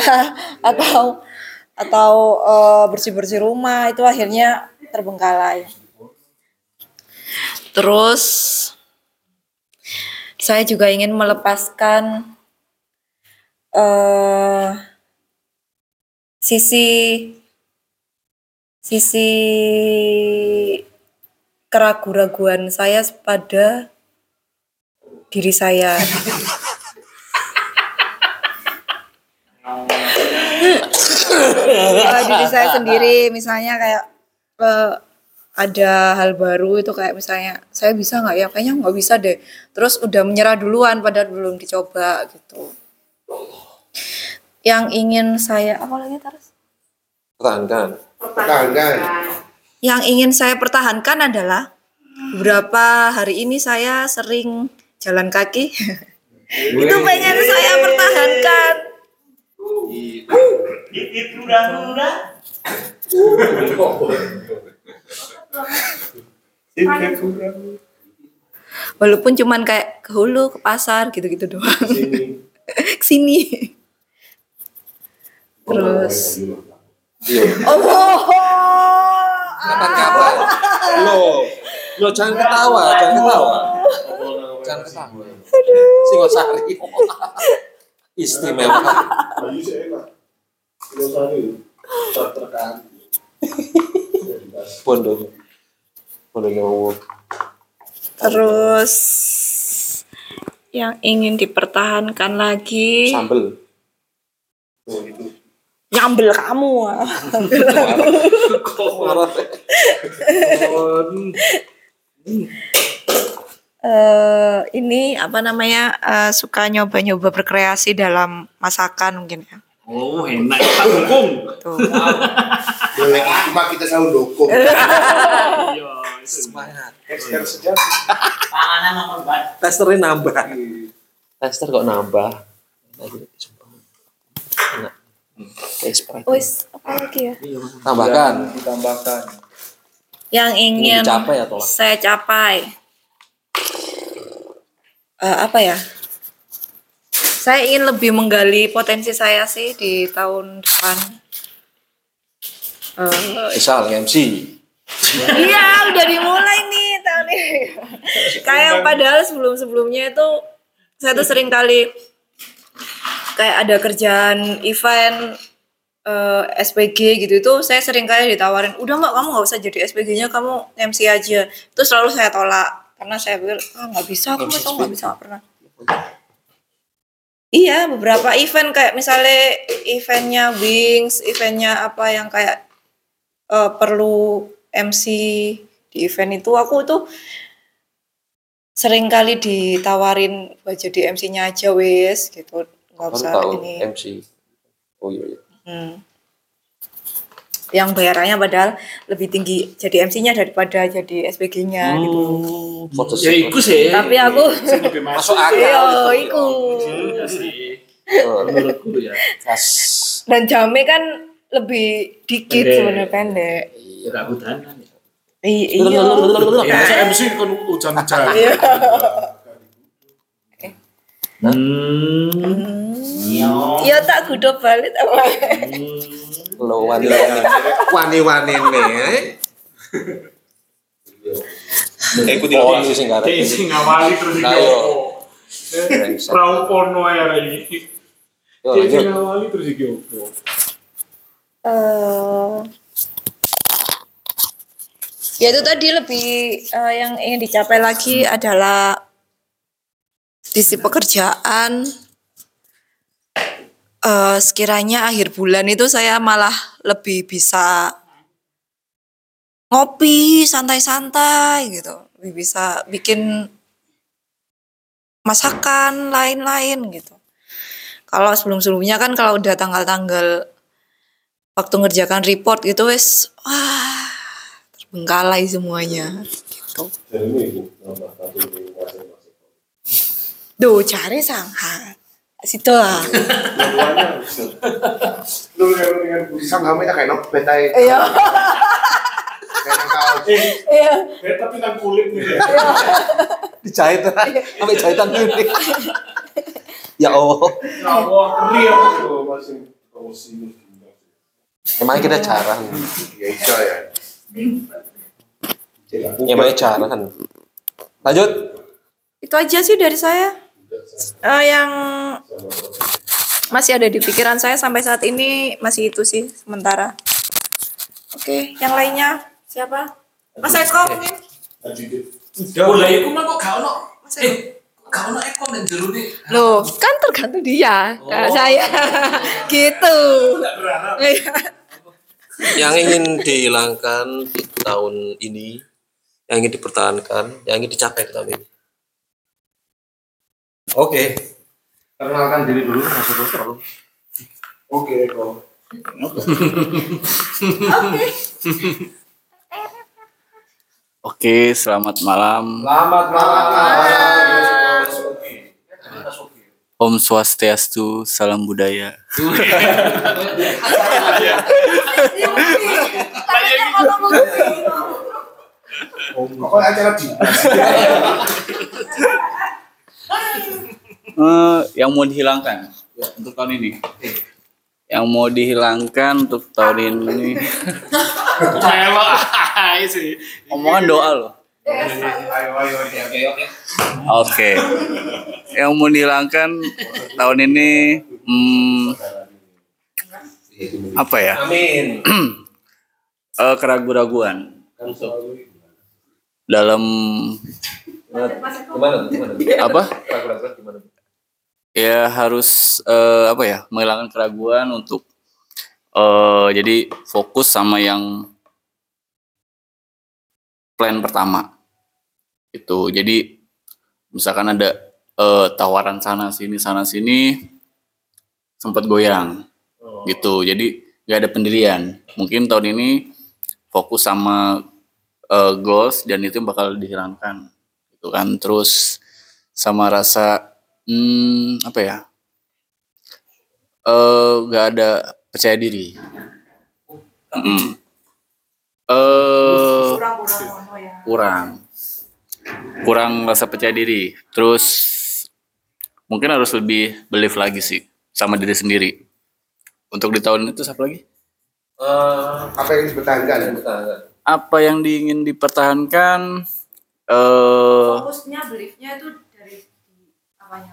atau bersih-bersih rumah, itu akhirnya terbengkalai. Terus saya juga ingin melepaskan sisi keraguan-raguan saya pada diri saya. Diri saya sendiri, misalnya kayak ada hal baru itu kayak misalnya saya bisa nggak ya, kayaknya nggak bisa deh, terus udah menyerah duluan padahal belum dicoba gitu. Yang ingin saya Pertahankan. Yang ingin saya pertahankan adalah beberapa hari ini saya sering jalan kaki Itu pengen saya pertahankan. Walaupun cuman kayak ke hulu, ke pasar gitu-gitu doang. Kesini. Terus. Oh. Kapan-kapan. Lo jangan ketawa. Jangan ketawa. Singosari. Istimewa. Bondo yang Terus yang ingin dipertahankan lagi. sambel. Nyambel kamu. Ini apa namanya suka nyoba-nyoba berkreasi dalam masakan mungkin ya. Oh enak, tak dukung. Tuh. Boleh cuma kita selalu dukung. Semangat. Expert sejati. Testernya nambah. Tester kok nambah. Enak. Expert. Wis apa lagi ya? Tambahkan. Ditambahkan. Yang ingin Dicapai atau lah? saya capai. Apa ya? Saya ingin lebih menggali potensi saya sih di tahun depan. Misal MC. Iya, udah dimulai nih tahun ini. Kayak padahal sebelum-sebelumnya itu saya tuh sering kali kayak ada kerjaan event SPG gitu itu saya sering kali ditawarin, udah mbak kamu nggak usah jadi SPG-nya, kamu MC aja. Itu selalu saya tolak karena saya pikir nggak bisa, aku nggak bisa, nggak pernah. Iya, beberapa event kayak misalnya eventnya Wings, eventnya apa yang kayak perlu MC di event itu, aku tuh sering kali ditawarin buat jadi MC-nya aja wis gitu, nggak usah ini. MC. Oh iya. Yang bayarannya padahal lebih tinggi jadi MC-nya daripada jadi SPG-nya gitu. Ya iku sih. Tapi aku Masuk akal. iku. Iya sih. Menurutku ya. Dan jamnya kan lebih dikit sebenarnya, pendek. Iya, gak hujanan ya. Iya. Masa MC kan hujan-hujan. Iya tak gudo balik apa. Lo wani-wani nih. Ikuti lagi sing garap. Sing ngawali terus iki. Ayo. Prau porno ya ini. Yo lanjut. Sing ngawali terus iki opo? Ya itu tadi lebih yang ingin dicapai lagi adalah sisi pekerjaan. Sekiranya akhir bulan itu saya malah lebih bisa ngopi santai-santai gitu, lebih bisa bikin masakan lain-lain gitu. Kalau sebelum-sebelumnya kan kalau udah tanggal-tanggal waktu ngerjakan report gitu wes wah terbengkalai semuanya gitu. Duh cari sangat situ lah. Sang hamnya kayak nok betai. Iya. Kayak kaos. Iya. Tapi nang kulit nih. Dijahit sampai jahitan ini. Ya Allah. Emangnya kita jarang. Ya iso ya. Emangnya jarang. Lanjut. Itu aja sih dari saya. Yang masih ada di pikiran saya sampai saat ini masih itu sih sementara. Oke, yang lainnya siapa? Mas Eko mungkin? Lah iku mah kok gak ono. Gak ono Eko nek jero nih. Loh, kan tergantung dia. Saya gitu. Yang ingin dihilangkan di tahun ini, yang ingin dipertahankan, yang ingin dicapai di tahun ini. Oke. Perkenalkan diri dulu Mas Eko. Oke, Eko. Oke, selamat malam. Selamat malam. Om Swastiastu, salam budaya. Pokoknya acara di. Yang mau dihilangkan untuk tahun ini. Yang mau dihilangkan untuk tahun ini. Omongan doa loh. Oke. Yang mau dihilangkan tahun ini apa ya? Amin. Keraguan-raguan dalam Gimana? apa? Keraguan gimana? Ya harus apa ya? Menghilangkan keraguan untuk jadi fokus sama yang plan pertama. Itu. Jadi misalkan ada tawaran sana sini sempat goyang. Gitu. Jadi nggak ada pendirian. Mungkin tahun ini fokus sama goals dan itu bakal dihilangkan. Gitu kan. Terus sama rasa apa ya? Nggak ada percaya diri. Kurang rasa percaya diri. Terus mungkin harus lebih believe lagi sih sama diri sendiri. Untuk di tahun itu siapa lagi? Apa yang dipertahankan? Apa yang ingin dipertahankan? Fokusnya, beliefnya itu dari apanya?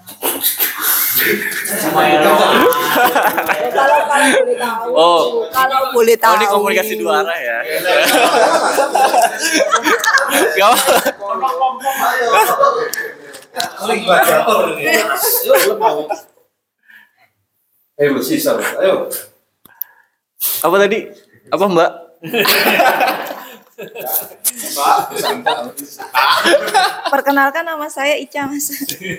Kalau boleh tahu. Kalau boleh tahu. Oh, ini komunikasi dua arah ya. Gak Ayo bersisa, ayo. Apa tadi? Apa Mbak? Perkenalkan, nama saya Ica, Mas.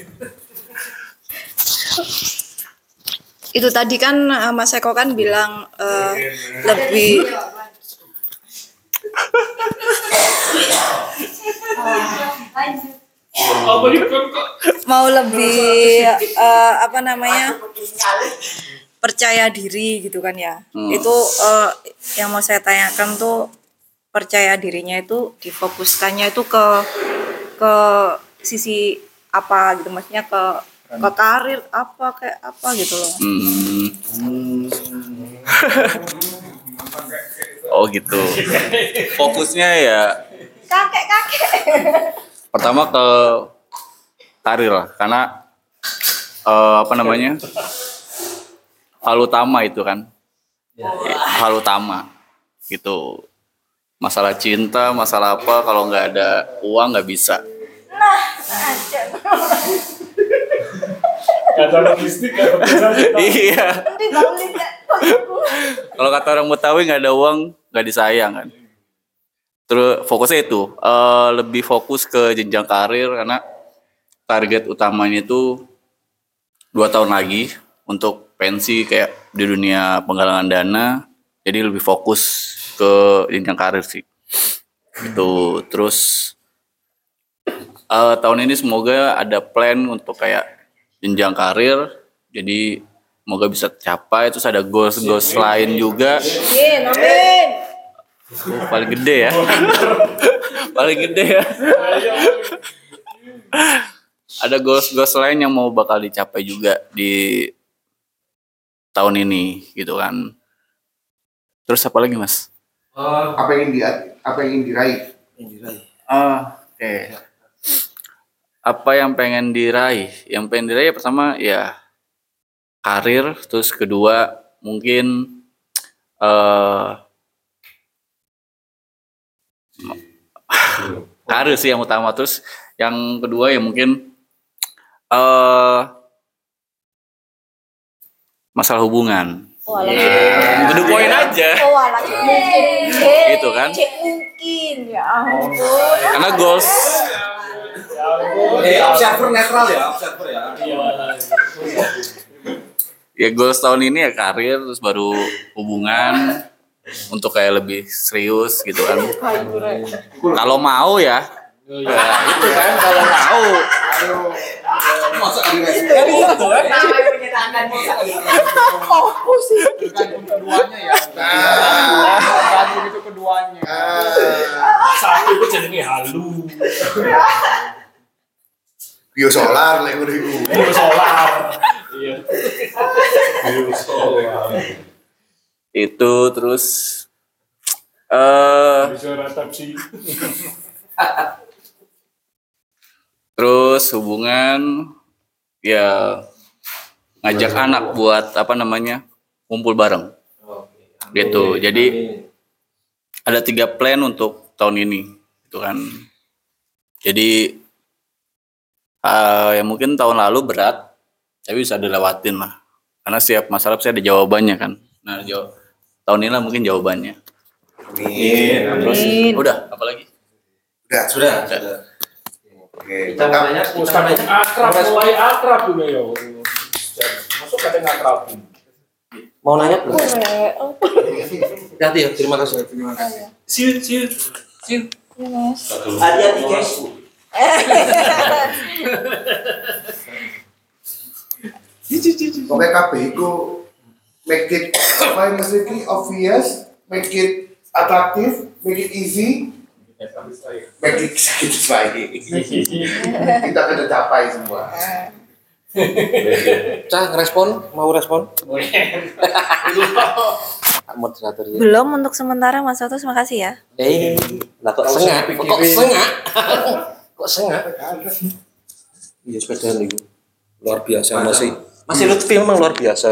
Itu tadi kan Mas Eko kan bilang lebih mau lebih apa namanya, percaya diri gitu kan ya. Itu yang mau saya tanyakan tuh, percaya dirinya itu difokuskannya itu ke sisi apa gitu, maksudnya ke karir apa kayak apa gitu loh. Oh gitu. Fokusnya ya Kakek. pertama ke karir lah, karena apa namanya, hal utama itu kan, hal utama gitu. Masalah cinta, masalah apa, kalau nggak ada uang nggak bisa. Ada logistik, Iya. Kalau kata orang Betawi nggak ada uang nggak disayang kan. Terus fokusnya itu lebih fokus ke jenjang karir, karena target utamanya itu 2 tahun lagi untuk pensi kayak di dunia penggalangan dana. Jadi lebih fokus ke jenjang karir sih. Itu terus tahun ini semoga ada plan untuk kayak jenjang karir. Jadi semoga bisa tercapai. Terus ada goals lain juga. Amin. Paling gede ya. Paling gede ya. Ada goals lain yang mau bakal dicapai juga di tahun ini gitu kan. Terus apa lagi Mas? Apa yang ingin diraih? Oke. Apa yang pengen diraih? Yang pengen diraih pertama ya karir, terus kedua mungkin karir sih yang utama, terus yang kedua ya mungkin masalah hubungan. To the point aja. Gitu kan. Mungkin ya ampun. Karena goals Observer netral ya, observer ya. ya goals tahun ini ya karir, terus baru hubungan untuk kayak lebih serius gitu kan. Kalau mau ya. Ya itu kan kalau mau. Masa direspon? Itu menyenangkan Apa sih? Tergantung keduanya ya. Tergantung itu keduanya. Satu itu jenenge halu. Biosolar lek ngono iku. Solar. Iya. Solar. Itu terus Bisa ratap sih. terus hubungan ya ngajak anak buat apa namanya kumpul bareng gitu. Jadi ada 3 plan untuk tahun ini gitu kan. Jadi ya mungkin tahun lalu berat tapi bisa dilewatin lah karena setiap masalah pasti ada jawabannya kan. Nah tahun ini lah mungkin jawabannya. Terus udah apa lagi? Sudah. Oke. Akrab mulai akrab dulu ya. Masuk katanya akrab. Mau nanya? Boleh. Hati ya, terima kasih. See you. Ya, Mas. Hati-hati guys. Pokoknya kabeh iku make it apa yang Mas Riki obvious, make it atraktif, make it easy, make it satisfying. Kita akan tercapai semua. Cah, ngerespon? Mau respon? Moderator ya. Belum untuk sementara Mas Oto, terima kasih ya. Lah kok sengak? Kok sengak? Kok sengak? Iya sepedaan itu. Luar biasa masih Lutfi memang luar biasa.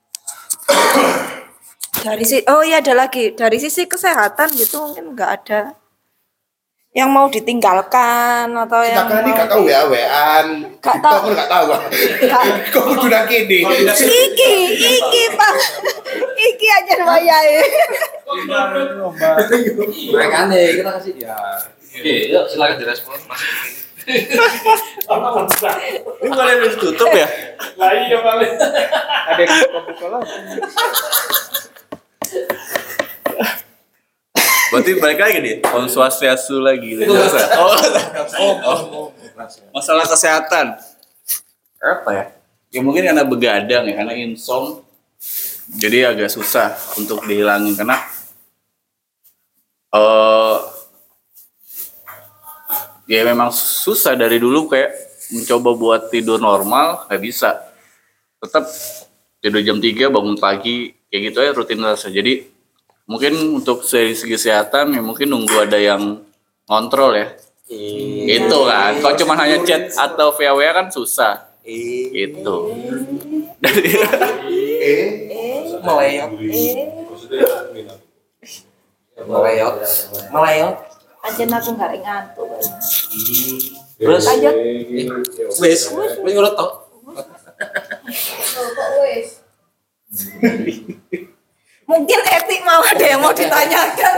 Dari ada lagi dari sisi kesehatan gitu mungkin nggak ada yang mau ditinggalkan atau yang Kita kan ini mau gak tahu ya, WA-an. Gak TikTok tahu. kan gak tahu. Kok kudu nak kene. iki Pak. Iki aja wayahe. Mereka nih kita kasih ya. Oke, yuk silakan direspon. Ini boleh ditutup ya? Lah iya paling. Ada yang buka lagi. Berarti balik lagi nih, Om Swastiastu lagi. Masalah kesehatan. Apa ya? Ya mungkin karena begadang ya, karena insom. Jadi agak susah untuk dihilangin karena ya memang susah dari dulu kayak mencoba buat tidur normal nggak bisa. Tetap tidur jam 3 bangun pagi kayak gitu ya rutinitas. Jadi mungkin untuk dari segi kesehatan ya mungkin nunggu ada yang ngontrol ya. Itu kan. Kalau cuma hanya chat atau via WA kan susah. Itu. Melayot. Aja aku nggak ngantuk. Terus Lanjut. wis ngurut toh. Mungkin etik mau ada yang mau ditanyakan.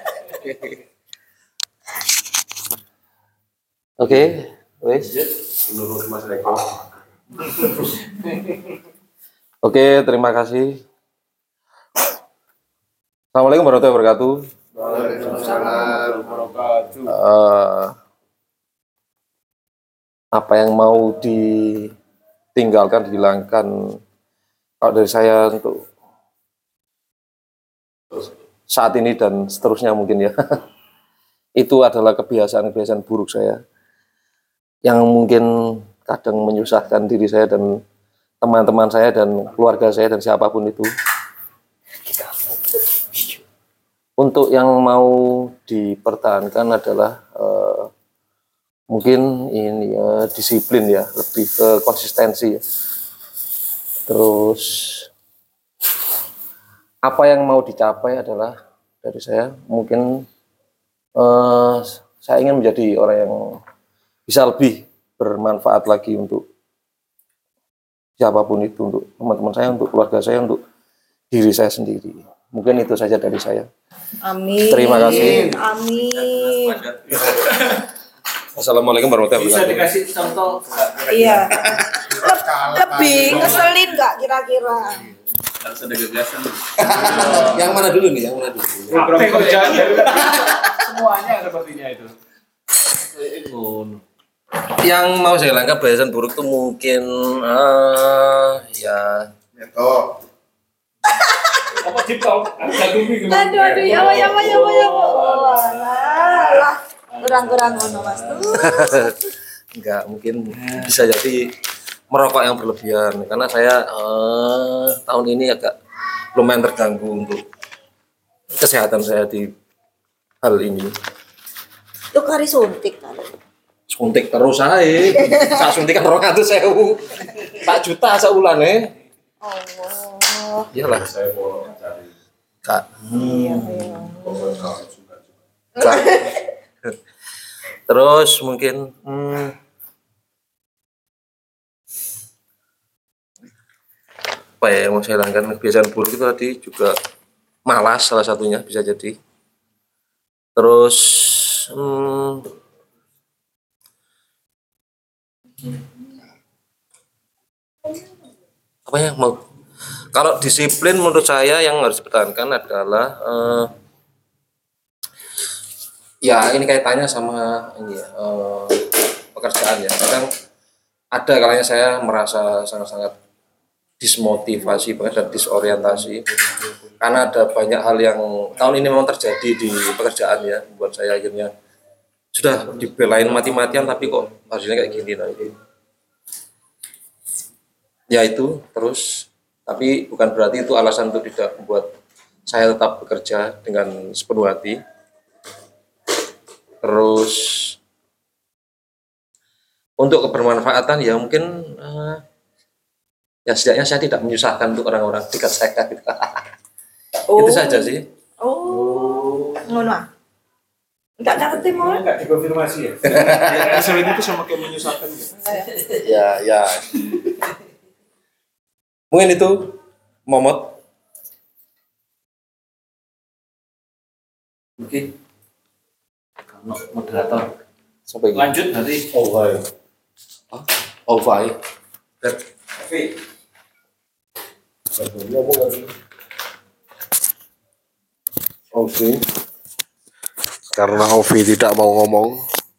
Oke, wis. Menurut Mas Eko. Oke, terima kasih. Assalamualaikum warahmatullahi wabarakatuh. Waalaikumsalam warahmatullahi Apa yang mau ditinggalkan, dihilangkan kalau dari saya untuk saat ini dan seterusnya mungkin ya. Itu adalah kebiasaan-kebiasaan buruk saya yang mungkin kadang menyusahkan diri saya dan teman-teman saya dan keluarga saya dan siapapun itu. Untuk yang mau dipertahankan adalah mungkin ini ya disiplin ya, lebih ke konsistensi ya. Terus apa yang mau dicapai adalah dari saya mungkin saya ingin menjadi orang yang bisa lebih bermanfaat lagi untuk siapapun itu, untuk teman-teman saya, untuk keluarga saya, untuk diri saya sendiri. Mungkin itu saja dari saya. Amin. Terima kasih. Amin. Assalamualaikum warahmatullahi Bisa wabarakatuh. dikasih contoh. Iya. Lebih ngeselin nggak kira-kira? Harus ada gagasan. Yang mana dulu nih? Yang mana dulu? Program kerjanya semuanya sepertinya itu. Yang mau saya hilangkan kebiasaan buruk tuh mungkin ya Apa TikTok? Aduh, ya Allah. Lah, kurang ngono Mas. enggak, mungkin bisa jadi merokok yang berlebihan karena saya tahun ini agak lumayan terganggu untuk kesehatan saya di hal ini. Itu kari suntik kan. Suntik terus ae. Sak suntik kan 200.000. Sak juta sak ulane. Allah. Iyalah. Saya mau cari Kak. Iya. Kak. Terus mungkin apa ya yang mau saya hilangkan kebiasaan buruk itu tadi juga malas salah satunya bisa jadi. Terus apa yang mau kalau disiplin menurut saya yang harus dipertahankan adalah ya ini kaitannya sama ini ya, pekerjaan ya. Kadang ada kalanya saya merasa sangat-sangat dismotivasi bahkan disorientasi karena ada banyak hal yang tahun ini memang terjadi di pekerjaan ya, buat saya akhirnya sudah dibelain mati-matian tapi kok hasilnya kayak gini nanti. Ya itu terus, tapi bukan berarti itu alasan untuk tidak membuat saya tetap bekerja dengan sepenuh hati. Terus untuk kebermanfaatan ya mungkin ya setidaknya saya tidak menyusahkan untuk orang-orang dekat saya. Itu saja sih. Oh, ngono ah. Enggak ngerti mau. Enggak dikonfirmasi ya. Selain itu sama kayak menyusahkan gitu. Ya. Mungkin itu Momot. Oke. Kalau moderator Sampai Lanjut nanti. Ovai. Oke. Karena Ovi tidak mau ngomong,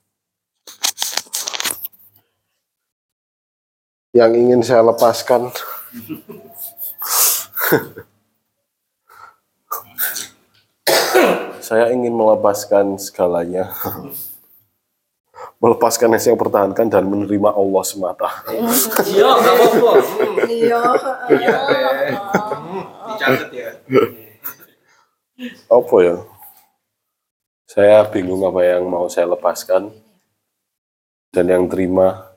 yang ingin saya lepaskan saya ingin melepaskan segalanya. Melepaskan yang saya pertahankan dan menerima Allah semata. Iya, enggak apa-apa. Iya. Dicatat ya. Apa ya? Saya bingung apa yang mau saya lepaskan dan yang terima.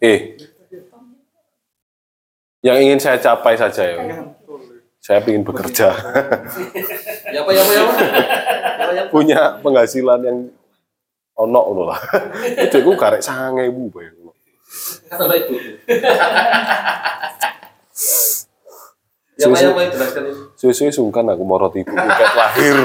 Yang ingin saya capai saja ya. Saya ingin bekerja. Ya. Punya penghasilan yang onok loh lah. Itu aku karek 9.000 bayang. Kata itu. Ya apa jelaskan itu. Suwe-suwe sungkan aku mau roti ibu kayak lahir.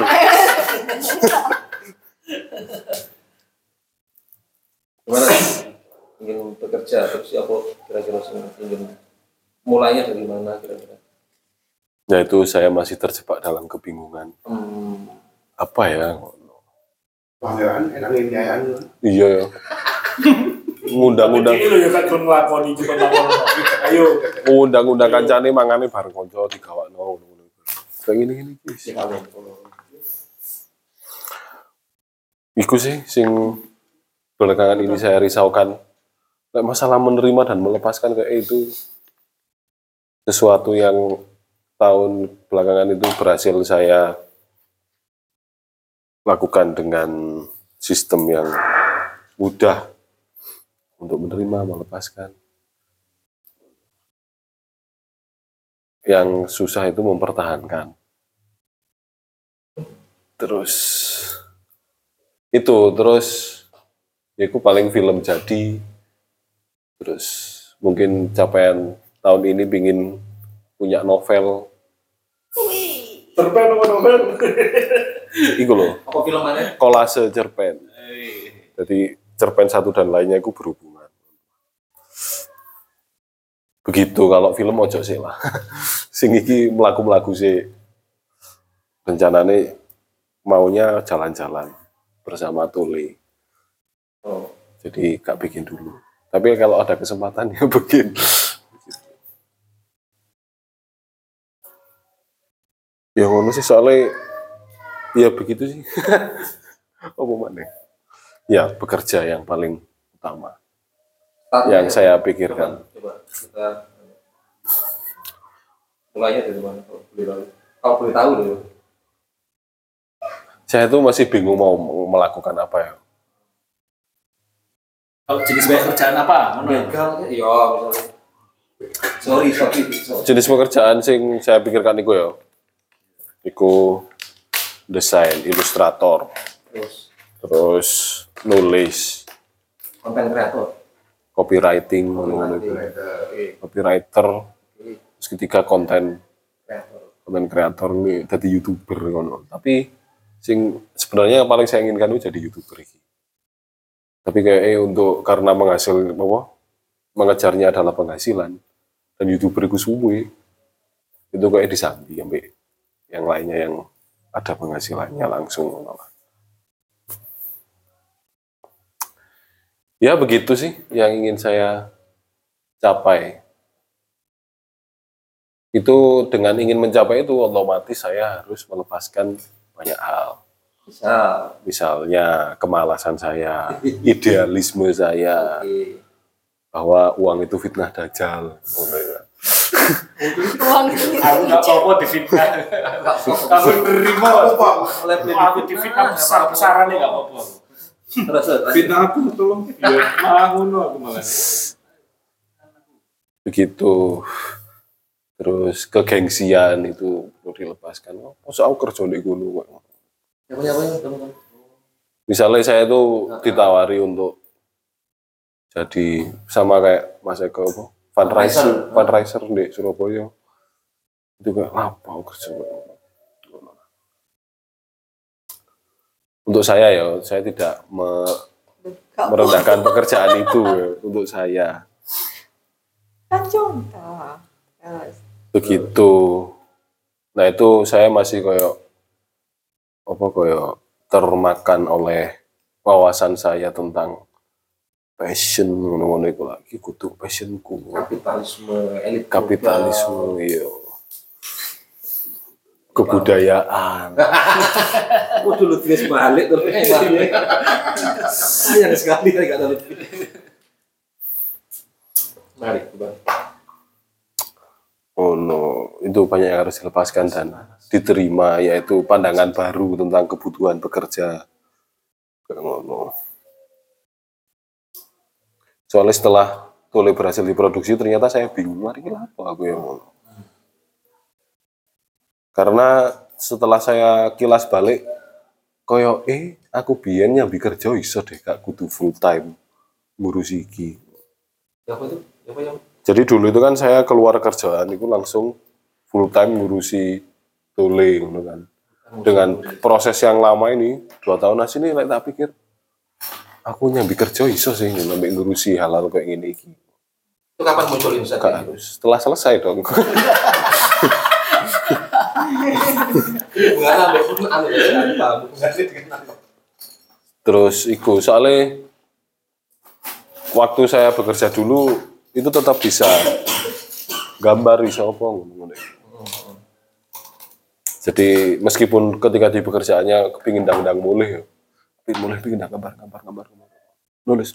Gimana? Ingin bekerja terus apa kira-kira ingin mulainya dari mana kira-kira? Ya itu saya masih terjebak dalam kebingungan. Apa ya? Pangeran enak nyayaan. Iya ya. Ngundang-undang. Ini lho ya kan nglakoni cepet lapor. Ayo. Ngundang-undang kancane mangane bareng kanca digawakno ngono. Kayak gini-gini wis. Iku sih sing belakangan ini saya risaukan. Kayak masalah menerima dan melepaskan kayak itu sesuatu yang tahun belakangan itu berhasil saya lakukan dengan sistem yang mudah untuk menerima, melepaskan. Yang susah itu mempertahankan. Terus ya aku paling film jadi. Terus mungkin capaian tahun ini pingin punya novel. Cerpen apa novel? Iku loh. Apa film mana? Kolase cerpen. Jadi cerpen satu dan lainnya itu berhubungan. Begitu kalau film ojo sih lah. Sing iki melaku-melaku sih. Rencananya maunya jalan-jalan bersama Tuli. Jadi gak bikin dulu. Tapi kalau ada kesempatan ya begini. Ya ngono sih soalnya ya begitu sih. Apa mana? Ya bekerja yang paling utama. Yang saya pikirkan. Coba kita mulainya dari mana kalau boleh tahu? Kalau boleh tahu dulu. Saya tuh masih bingung mau melakukan apa ya. Kalau jenis kerjaan apa? Begal, iya misalnya. Sorry. Jenis pekerjaan sing saya pikirkan iku ya. Iku desain, ilustrator, terus nulis, Konten kreator. copywriting, copywriter, terus ketiga konten kreator nih, jadi YouTuber ngono. Tapi sing sebenarnya yang paling saya inginkan itu jadi YouTuber iki. Tapi kayak untuk karena mengejarnya adalah penghasilan dan YouTuber itu suwe itu kayak disambi sampai yang lainnya yang ada penghasilannya langsung. Ya begitu sih yang ingin saya capai. Itu dengan ingin mencapai itu otomatis saya harus melepaskan banyak hal. Misalnya kemalasan saya, idealisme saya, bahwa uang itu fitnah dajjal. Uang Aku nggak apa-apa difitnah. Kamu nerima. Aku difitnah besar-besaran nih nggak apa-apa. Fitnah aku tolong. Ya, malah ngono aku malah. Begitu. Terus kegengsian itu perlu dilepaskan. Masa aku kerja di gunung. Misalnya saya tuh ditawari untuk jadi sama kayak Mas Eko apa? Fundraiser di Surabaya. Itu kayak apa aku kerja. Untuk saya ya, saya tidak merendahkan pekerjaan itu ya, untuk saya. Kan contoh. Begitu. Nah itu saya masih kayak termakan oleh wawasan saya tentang passion ngono-ngono iku lagi kudu passionku. Kapitalisme iya. Kebudayaan. Aku dulu tulis balik terus sayang sekali kali gak tahu. Mari, Bang. Oh no, itu banyak yang harus dilepaskan dan diterima, yaitu pandangan baru tentang kebutuhan bekerja. Kayak ngono. Soalnya setelah Tole berhasil diproduksi, ternyata saya bingung, mari apa aku yang ngono. Karena setelah saya kilas balik, koyo aku biyen nyambi kerja iso deh gak kudu full time ngurusi iki. Apa itu? Apa yang? Jadi dulu itu kan saya keluar kerjaan itu langsung full time ngurusi Tole ngono kan. Dengan proses yang lama ini 2 tahun ini tak pikir aku nyambi kerja iso sih nyambi ngurusi hal-hal kayak gini iki. Itu kapan muncul insight? Setelah selesai dong. Terus iku soalnya waktu saya bekerja dulu itu tetap bisa gambar bisa apa ngono. Jadi meskipun ketika di pekerjaannya kepingin dang-dang boleh ya. Tapi mulai pingin gambar. Nulis.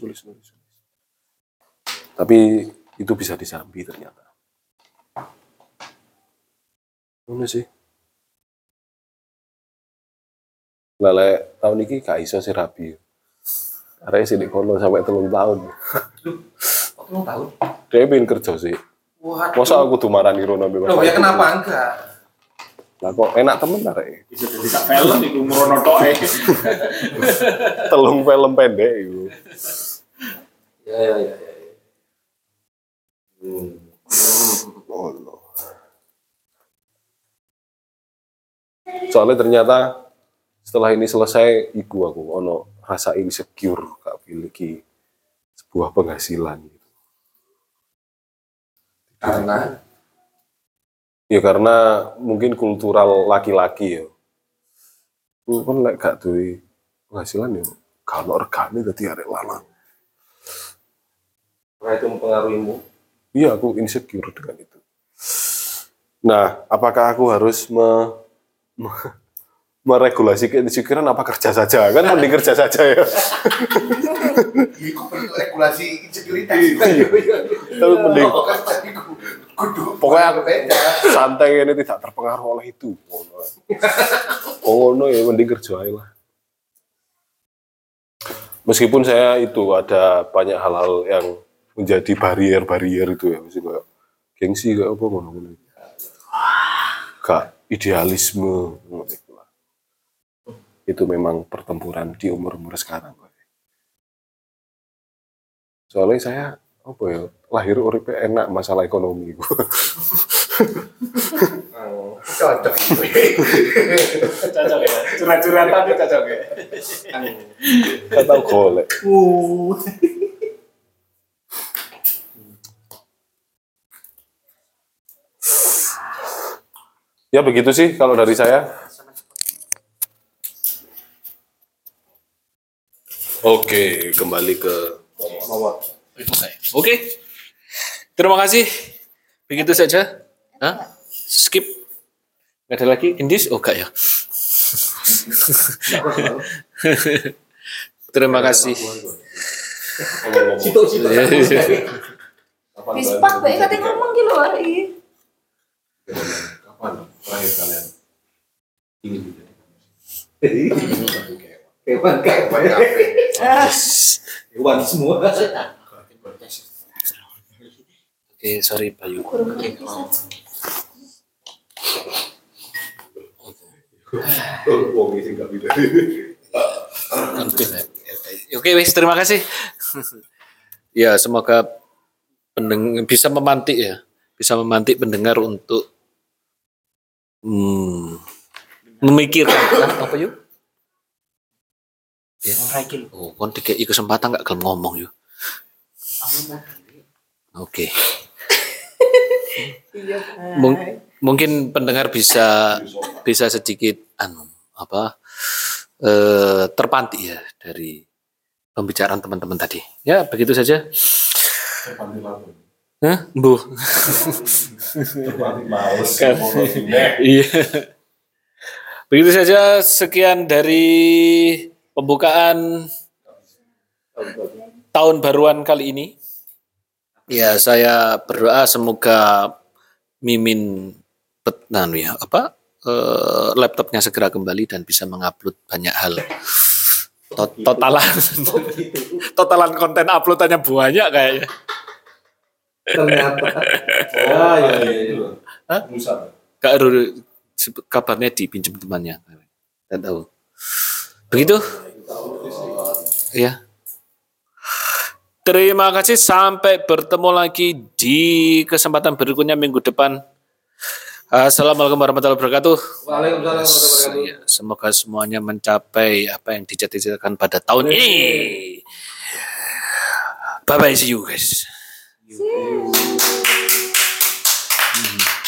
Tapi itu bisa disambi ternyata. Ngono sih. Lale tahun ini gak iso sih rabi. Arek sih di kono sampai 3 tahun. 3 tahun. Dia pengen kerja sih. Waduh. Masa aku tuh marani Rono bebas. Loh, ya kenapa enggak? Lah kok enak temen arek. Bisa jadi sak film iku Rono tok ae. 3 film pendek iku. Ya. Oh, no. Soalnya ternyata setelah ini selesai iku aku ono rasa insecure gak memiliki sebuah penghasilan gitu. Karena mungkin kultural laki-laki ya. Ku kan lek gak duwe penghasilan ya kalau regane dadi arek lanang. Apakah itu mempengaruhimu? Iya, aku insecure dengan itu. Nah, apakah aku harus meregulasi keinsecurean apa kerja saja? Kan mending kerja saja ya. Iku bentuk regulasi insekuritas. Tapi mending pokoknya aku santai ini tidak terpengaruh oleh itu. Oh no ya mending kerja aja lah. Meskipun saya itu ada banyak hal-hal yang menjadi barrier itu ya, mesti kayak gengsi kayak apa ngono-ngono. Gak idealisme ngono iku lah. Itu memang pertempuran di umur-umur sekarang. Soalnya saya apa ya lahir uripe enak masalah ekonomi. Cocok. Cocok ya. Curhat-curhatan itu cocok ya. Gak tau golek. Ya begitu sih kalau dari saya. Oke, kembali ke Oke. Terima kasih. Begitu saja. Hah? Skip. Gak ada lagi Indis? Oh gak ya. Terima kasih. Bispak baik katanya ngomong gitu hari. kapan terakhir kalian ingin menjadi Hewan hewan semua. Oke, sorry Bayu. Oke, wis terima kasih. Ya, semoga bisa memantik ya, bisa memantik pendengar untuk memikirkan apa yuk? Ya. Oh, kon dikei kesempatan gak gelem ngomong yuk. Oke. Mungkin pendengar bisa sedikit terpantik ya dari pembicaraan teman-teman tadi. Ya, begitu saja. Hah? Bu. Iya. Begitu saja, sekian dari pembukaan tahun baruan kali ini. Ya, saya berdoa semoga Mimin laptopnya segera kembali dan bisa mengupload banyak hal. Totalan konten uploadannya banyak kayaknya. Ternyata. Gak ada kabarnya dipinjam temannya. Tidak tahu. Begitu? Ya. Terima kasih, sampai bertemu lagi di kesempatan berikutnya minggu depan. Assalamualaikum warahmatullahi wabarakatuh. Waalaikumsalam warahmatullahi wabarakatuh. Semoga semuanya mencapai apa yang dicita-citakan pada tahun ini. Bye bye, see you guys.